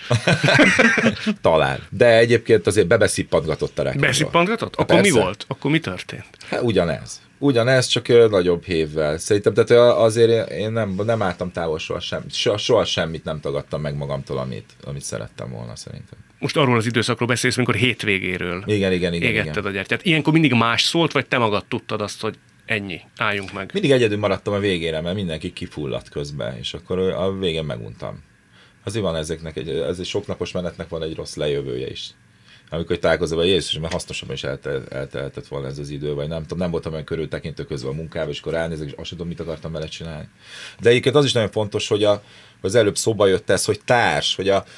Talán. De egyébként azért bebeszippantgatott a rekordba. Beszippantgatott? Akkor Persze. mi volt? Akkor mi történt? Hát ugyanez. Ugyanez, csak nagyobb hévvel. Szerintem, tehát azért én nem, nem álltam távol soha semmit. Soha, soha semmit nem tagadtam meg magamtól, amit, amit szerettem volna szerintem. Most arról az időszakról beszélsz, amikor hétvégéről igen, igen, igen, égetted igen. a gyertyát. Ilyenkor mindig más szólt, vagy te magad tudtad azt, hogy ennyi, álljunk meg? Mindig egyedül maradtam a végére, mert mindenki kifulladt közben, és akkor a végén meguntam. Azért van ezeknek, egy, ez egy soknapos menetnek van egy rossz lejövője is. Amikor találkozom, hogy Jézus, mert hasznosabban is eltel, elteltett volna ez az idő, vagy nem tudom, nem voltam olyan körültekintő közben a munkába, és akkor elnézek, és azt sem tudom, mit akartam vele csinálni. De egyébként az is nagyon fontos, hogy a, az előbb szóba jött ez, hogy társ, hogy a,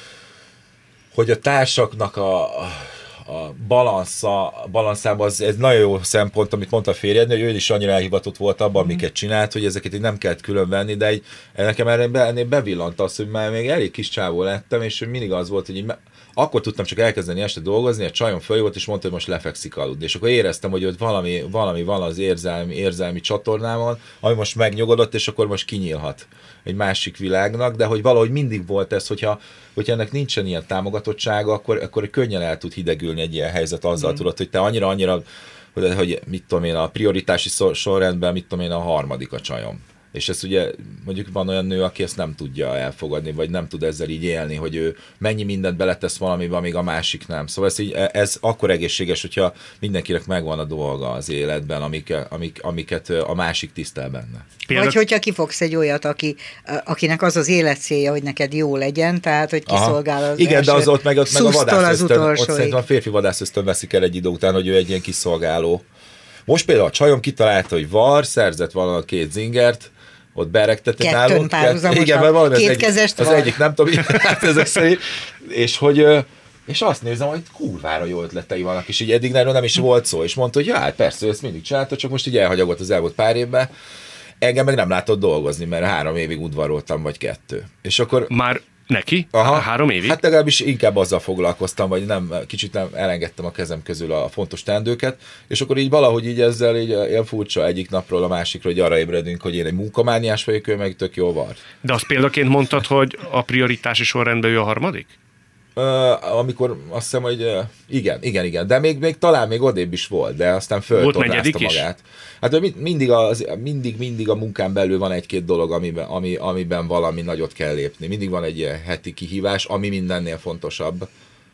hogy a társaknak a, a, a balansza, balanszában az ez nagyon jó szempont, amit mondta a férjedni, hogy ő is annyira elhivatott volt abban, amiket csinált, hogy ezeket így nem kellett külön venni, de egy, nekem ennél bevillant az, hogy már még elég kis csávó lettem, és hogy mindig az volt, hogy így akkor tudtam csak elkezdeni este dolgozni, a csajom följött, és mondta, hogy most lefekszik aludni. És akkor éreztem, hogy ott valami, valami van az érzelmi, érzelmi csatornámon, ami most megnyugodott, és akkor most kinyílhat egy másik világnak, de hogy valahogy mindig volt ez, hogyha, hogyha ennek nincsen ilyen támogatottsága, akkor, akkor könnyen el tud hidegülni egy ilyen helyzet azzal, mm. tudod, hogy te annyira-annyira, hogy, hogy mit tudom én, a prioritási sorrendben, mit tudom én, a harmadik a csajom. És ez ugye, mondjuk van olyan nő, aki ezt nem tudja elfogadni, vagy nem tud ezzel így élni, hogy ő mennyi mindent beletesz valamiben, még a másik nem. Szóval ez, így, ez akkor egészséges, hogyha mindenkinek megvan a dolga az életben, amik, amik, amiket a másik tisztel benne. Például... Vagy hogyha kifogsz egy olyat, aki, akinek az az életcélja, hogy neked jó legyen, tehát hogy kiszolgál az igen, első de az ott meg, ott meg a vadászösztön, ott szerintem a férfi vadászösztön veszik el egy idő után, hogy ő egy ilyen kiszolgáló. Most például a csajom kitalálta, hogy var, szerzett valahol két zingert, ott beregtetett nálunk. Kettőn igen, mert valami kétkezest az, egy, az egyik nem tudom, hát ezek szerint, és hogy és azt nézem, hogy kurvára jó ötletei vannak, és így eddig erről nem is volt szó, és mondta, hogy ja, hát persze, ezt mindig csinálta, csak most így elhagyagott az elmúlt pár évben. Engem meg nem látott dolgozni, mert három évig udvaroltam, vagy kettő. És akkor... Már neki? Aha, három évig? Hát legalábbis inkább azzal foglalkoztam, vagy nem, kicsit nem elengedtem a kezem közül a fontos teendőket, és akkor így valahogy így ezzel így ilyen furcsa egyik napról a másikra, hogy arra ébredünk, hogy én egy munkamániás vagyok, ő meg tök jó var. De azt példaként mondtad, hogy a prioritási sorrendben ő a harmadik? Uh, amikor azt hiszem, hogy uh, igen, igen, igen, de még, még talán még odébb is volt, de aztán föltornázta magát. Hát mind, mindig, az, mindig, mindig a munkán belül van egy-két dolog, amiben, ami, amiben valami nagyot kell lépni. Mindig van egy ilyen heti kihívás, ami mindennél fontosabb.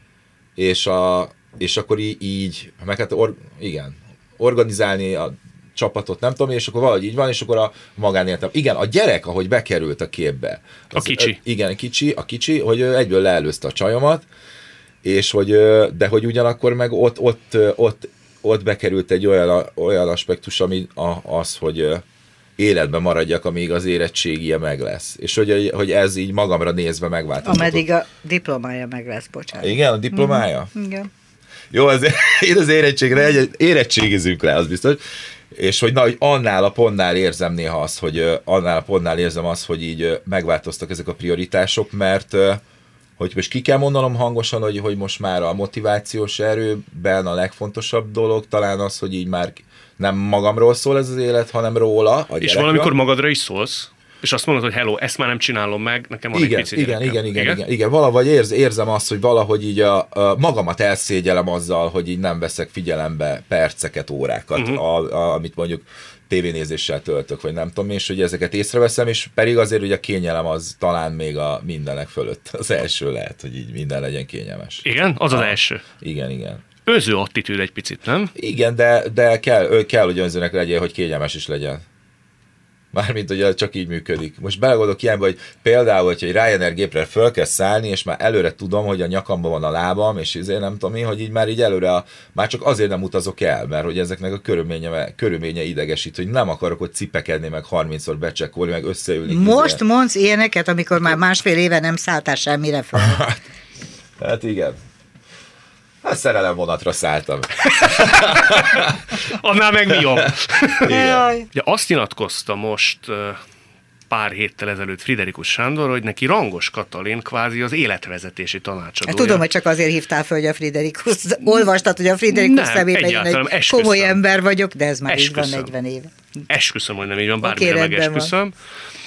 És, a, és akkor így, így meg hát or, igen, organizálni a csapatot, nem tudom, és akkor valahogy így van, és akkor a magánéletem. Igen, a gyerek, ahogy bekerült a képbe. Az, a kicsi. Igen, kicsi, a kicsi, hogy egyből leelőzte a csajomat, és hogy, de hogy ugyanakkor meg ott, ott, ott, ott bekerült egy olyan, olyan aspektus, ami az, hogy életben maradjak, amíg az érettségie meg lesz. És hogy, hogy ez így magamra nézve megváltozott. Ameddig a diplomája meg lesz, bocsánat. Igen, a diplomája? Mm, igen. Jó, az, én az érettségre egy, érettségizünk le, az biztos. És hogy, na, hogy annál a pontnál érzem néha azt, hogy annál a pontnál érzem azt, hogy így megváltoztak ezek a prioritások, mert hogy most ki kell mondanom hangosan, hogy, hogy most már a motivációs erőben a legfontosabb dolog talán az, hogy így már nem magamról szól ez az élet, hanem róla. És valamikor magadra is szólsz? És azt mondod, hogy hello, ezt már nem csinálom meg, nekem van igen, egy pici igen, igen, igen, igen, igen, igen, valahogy érz, érzem azt, hogy valahogy így a, a magamat elszégyelem azzal, hogy így nem veszek figyelembe perceket, órákat, uh-huh. a, a, amit mondjuk tévénézéssel töltök, vagy nem tudom, és hogy ezeket észreveszem, és pedig azért, hogy a kényelem az talán még a mindenek fölött. Az első lehet, hogy így minden legyen kényelmes. Igen? Az az első. Igen, igen. Önző attitűd egy picit, nem? Igen, de, de kell, kell, hogy önzőnek legyen, hogy kényelmes is legyen. Mármint, hogy csak így működik. Most belegondolok ilyenbe, hogy például, hogyha egy Ryanair gépre föl kell szállni, és már előre tudom, hogy a nyakamban van a lábam, és ezért nem tudom én, hogy így már így előre, a, már csak azért nem utazok el, mert hogy ezeknek a körülménye, körülménye idegesít, hogy nem akarok ott cipekedni, meg harmincszor becsekkolni, meg összeülni. Most izé. Mondsz ilyeneket, amikor már másfél éve nem szálltál semmire fel. Hát igen. Hát szerelem vonatra szálltam. Annál meg mi jobb. Ja, azt nyilatkozta most pár héttel ezelőtt Friderikus Sándor, hogy neki Rangos Katalin kvázi az életvezetési tanácsadója. Hát tudom, hogy csak azért hívtál föl, hogy a Friderikus, olvastad, hogy a Friderikus szemében én egy esküszöm. Komoly ember vagyok, de ez már esküszöm. Így van negyven éve. Esküszöm, hogy nem így van, bármire okay, meg esküszöm.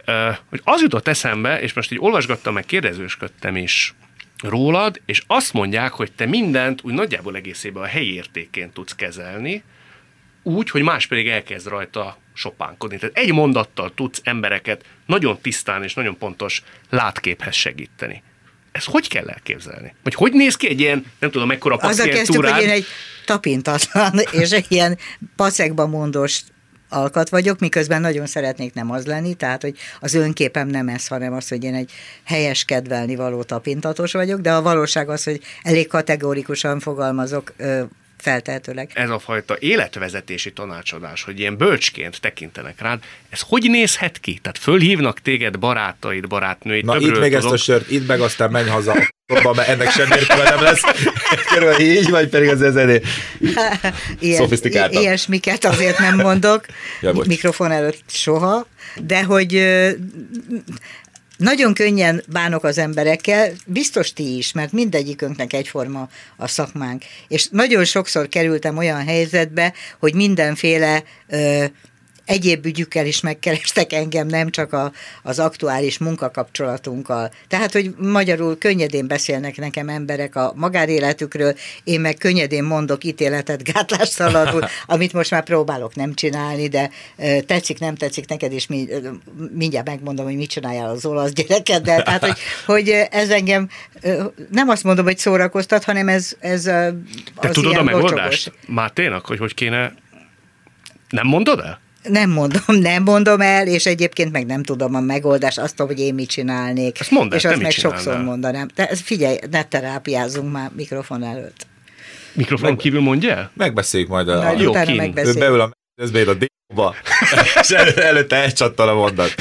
hogy az jutott eszembe, és most így olvasgattam, meg kérdezősködtem is rólad, és azt mondják, hogy te mindent úgy nagyjából egészében a helyi értékként tudsz kezelni, úgy, hogy más pedig elkezd rajta sopánkodni. Tehát egy mondattal tudsz embereket nagyon tisztán és nagyon pontos látképhez segíteni. Ezt hogy kell elképzelni? Vagy hogy néz ki egy ilyen, nem tudom, mekkora pacientúrád? Azzal kezdtük, hogy én egy tapintatlan és egy ilyen pacekba mondós alkat vagyok, miközben nagyon szeretnék nem az lenni, tehát, hogy az önképem nem ez, hanem az, hogy én egy helyes, kedvelni való tapintatos vagyok, de a valóság az, hogy elég kategórikusan fogalmazok feltehetőleg. Ez a fajta életvezetési tanácsadás, hogy ilyen bölcsként tekintenek rád, ez hogy nézhet ki? Tehát fölhívnak téged barátaid, barátnőid, na itt még tudok. Ezt a sört, itt meg aztán menj haza a k***ba, mert ennek sem értelme nem lesz. Körülbelül így, vagy pedig az ezené szofisztikáltabb. Ilyesmiket azért nem mondok, ja, mikrofon előtt soha, de hogy nagyon könnyen bánok az emberekkel, biztos ti is, mert mindegyikünknek egyforma a szakmánk. És nagyon sokszor kerültem olyan helyzetbe, hogy mindenféle ö, egyéb ügyükkel is megkerestek engem, nem csak a, az aktuális munkakapcsolatunkkal. Tehát, hogy magyarul könnyedén beszélnek nekem emberek a magánéletükről, én meg könnyedén mondok ítéletet gátlástalanul, amit most már próbálok nem csinálni, de tetszik, nem tetszik neked, és mi, mindjárt megmondom, hogy mit csináljál az olasz gyerekeddel. Tehát, hogy, hogy ez engem nem azt mondom, hogy szórakoztat, hanem ez, ez az Te tudod a megoldást Máténak, hogy hogy kéne... Nem mondod el? Nem mondom, nem mondom el, és egyébként meg nem tudom a megoldást, azt tudom, hogy én mit csinálnék. Ezt mondd el, és azt meg csinálnál? Sokszor mondanám. De figyelj, ne terápiázunk már mikrofon előtt. Mikrofon meg, kívül mondja el? Megbeszéljük majd. A, a, jó, ő beül a ez beül a d***ba, és előtte elcsattal a mondat.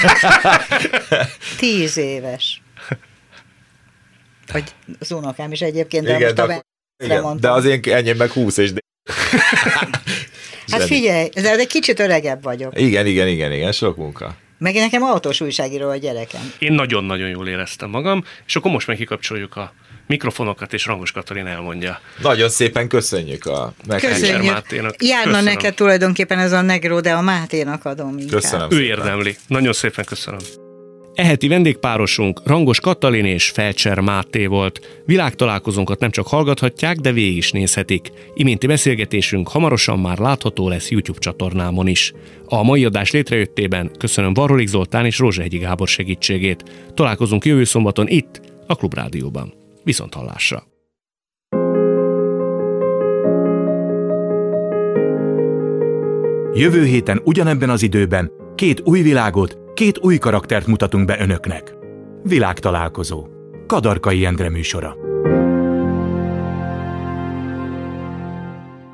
Tíz éves. Hogy az unokám is egyébként, de igen, most de, a akkor, igen, de az én enyém meg húsz és d***. Hát figyelj, de egy kicsit öregebb vagyok. Igen, igen, igen, igen, sok munka. Meg nekem autós újságíró a gyerekem. Én nagyon-nagyon jól éreztem magam, és akkor most meg kikapcsoljuk a mikrofonokat, és Rangos Katalin elmondja. Nagyon szépen köszönjük a meghívást. Járna neked tulajdonképpen ez a negró, de a Máténak adom inkább. Köszönöm ő szépen. Érdemli. Nagyon szépen köszönöm. E heti vendégpárosunk Rangos Katalin és Felcser Máté volt. Világtalálkozónkat nem csak hallgathatják, de végig is nézhetik. Iménti beszélgetésünk hamarosan már látható lesz YouTube csatornámon is. A mai adás létrejöttében köszönöm Varrolik Zoltán és Rózsahegyi Gábor segítségét. Találkozunk jövő szombaton itt, a Klubrádióban. Viszont hallásra! Jövő héten ugyanebben az időben két új világot, két új karaktert mutatunk be önöknek. Világtalálkozó. Kadarkai Endre műsora.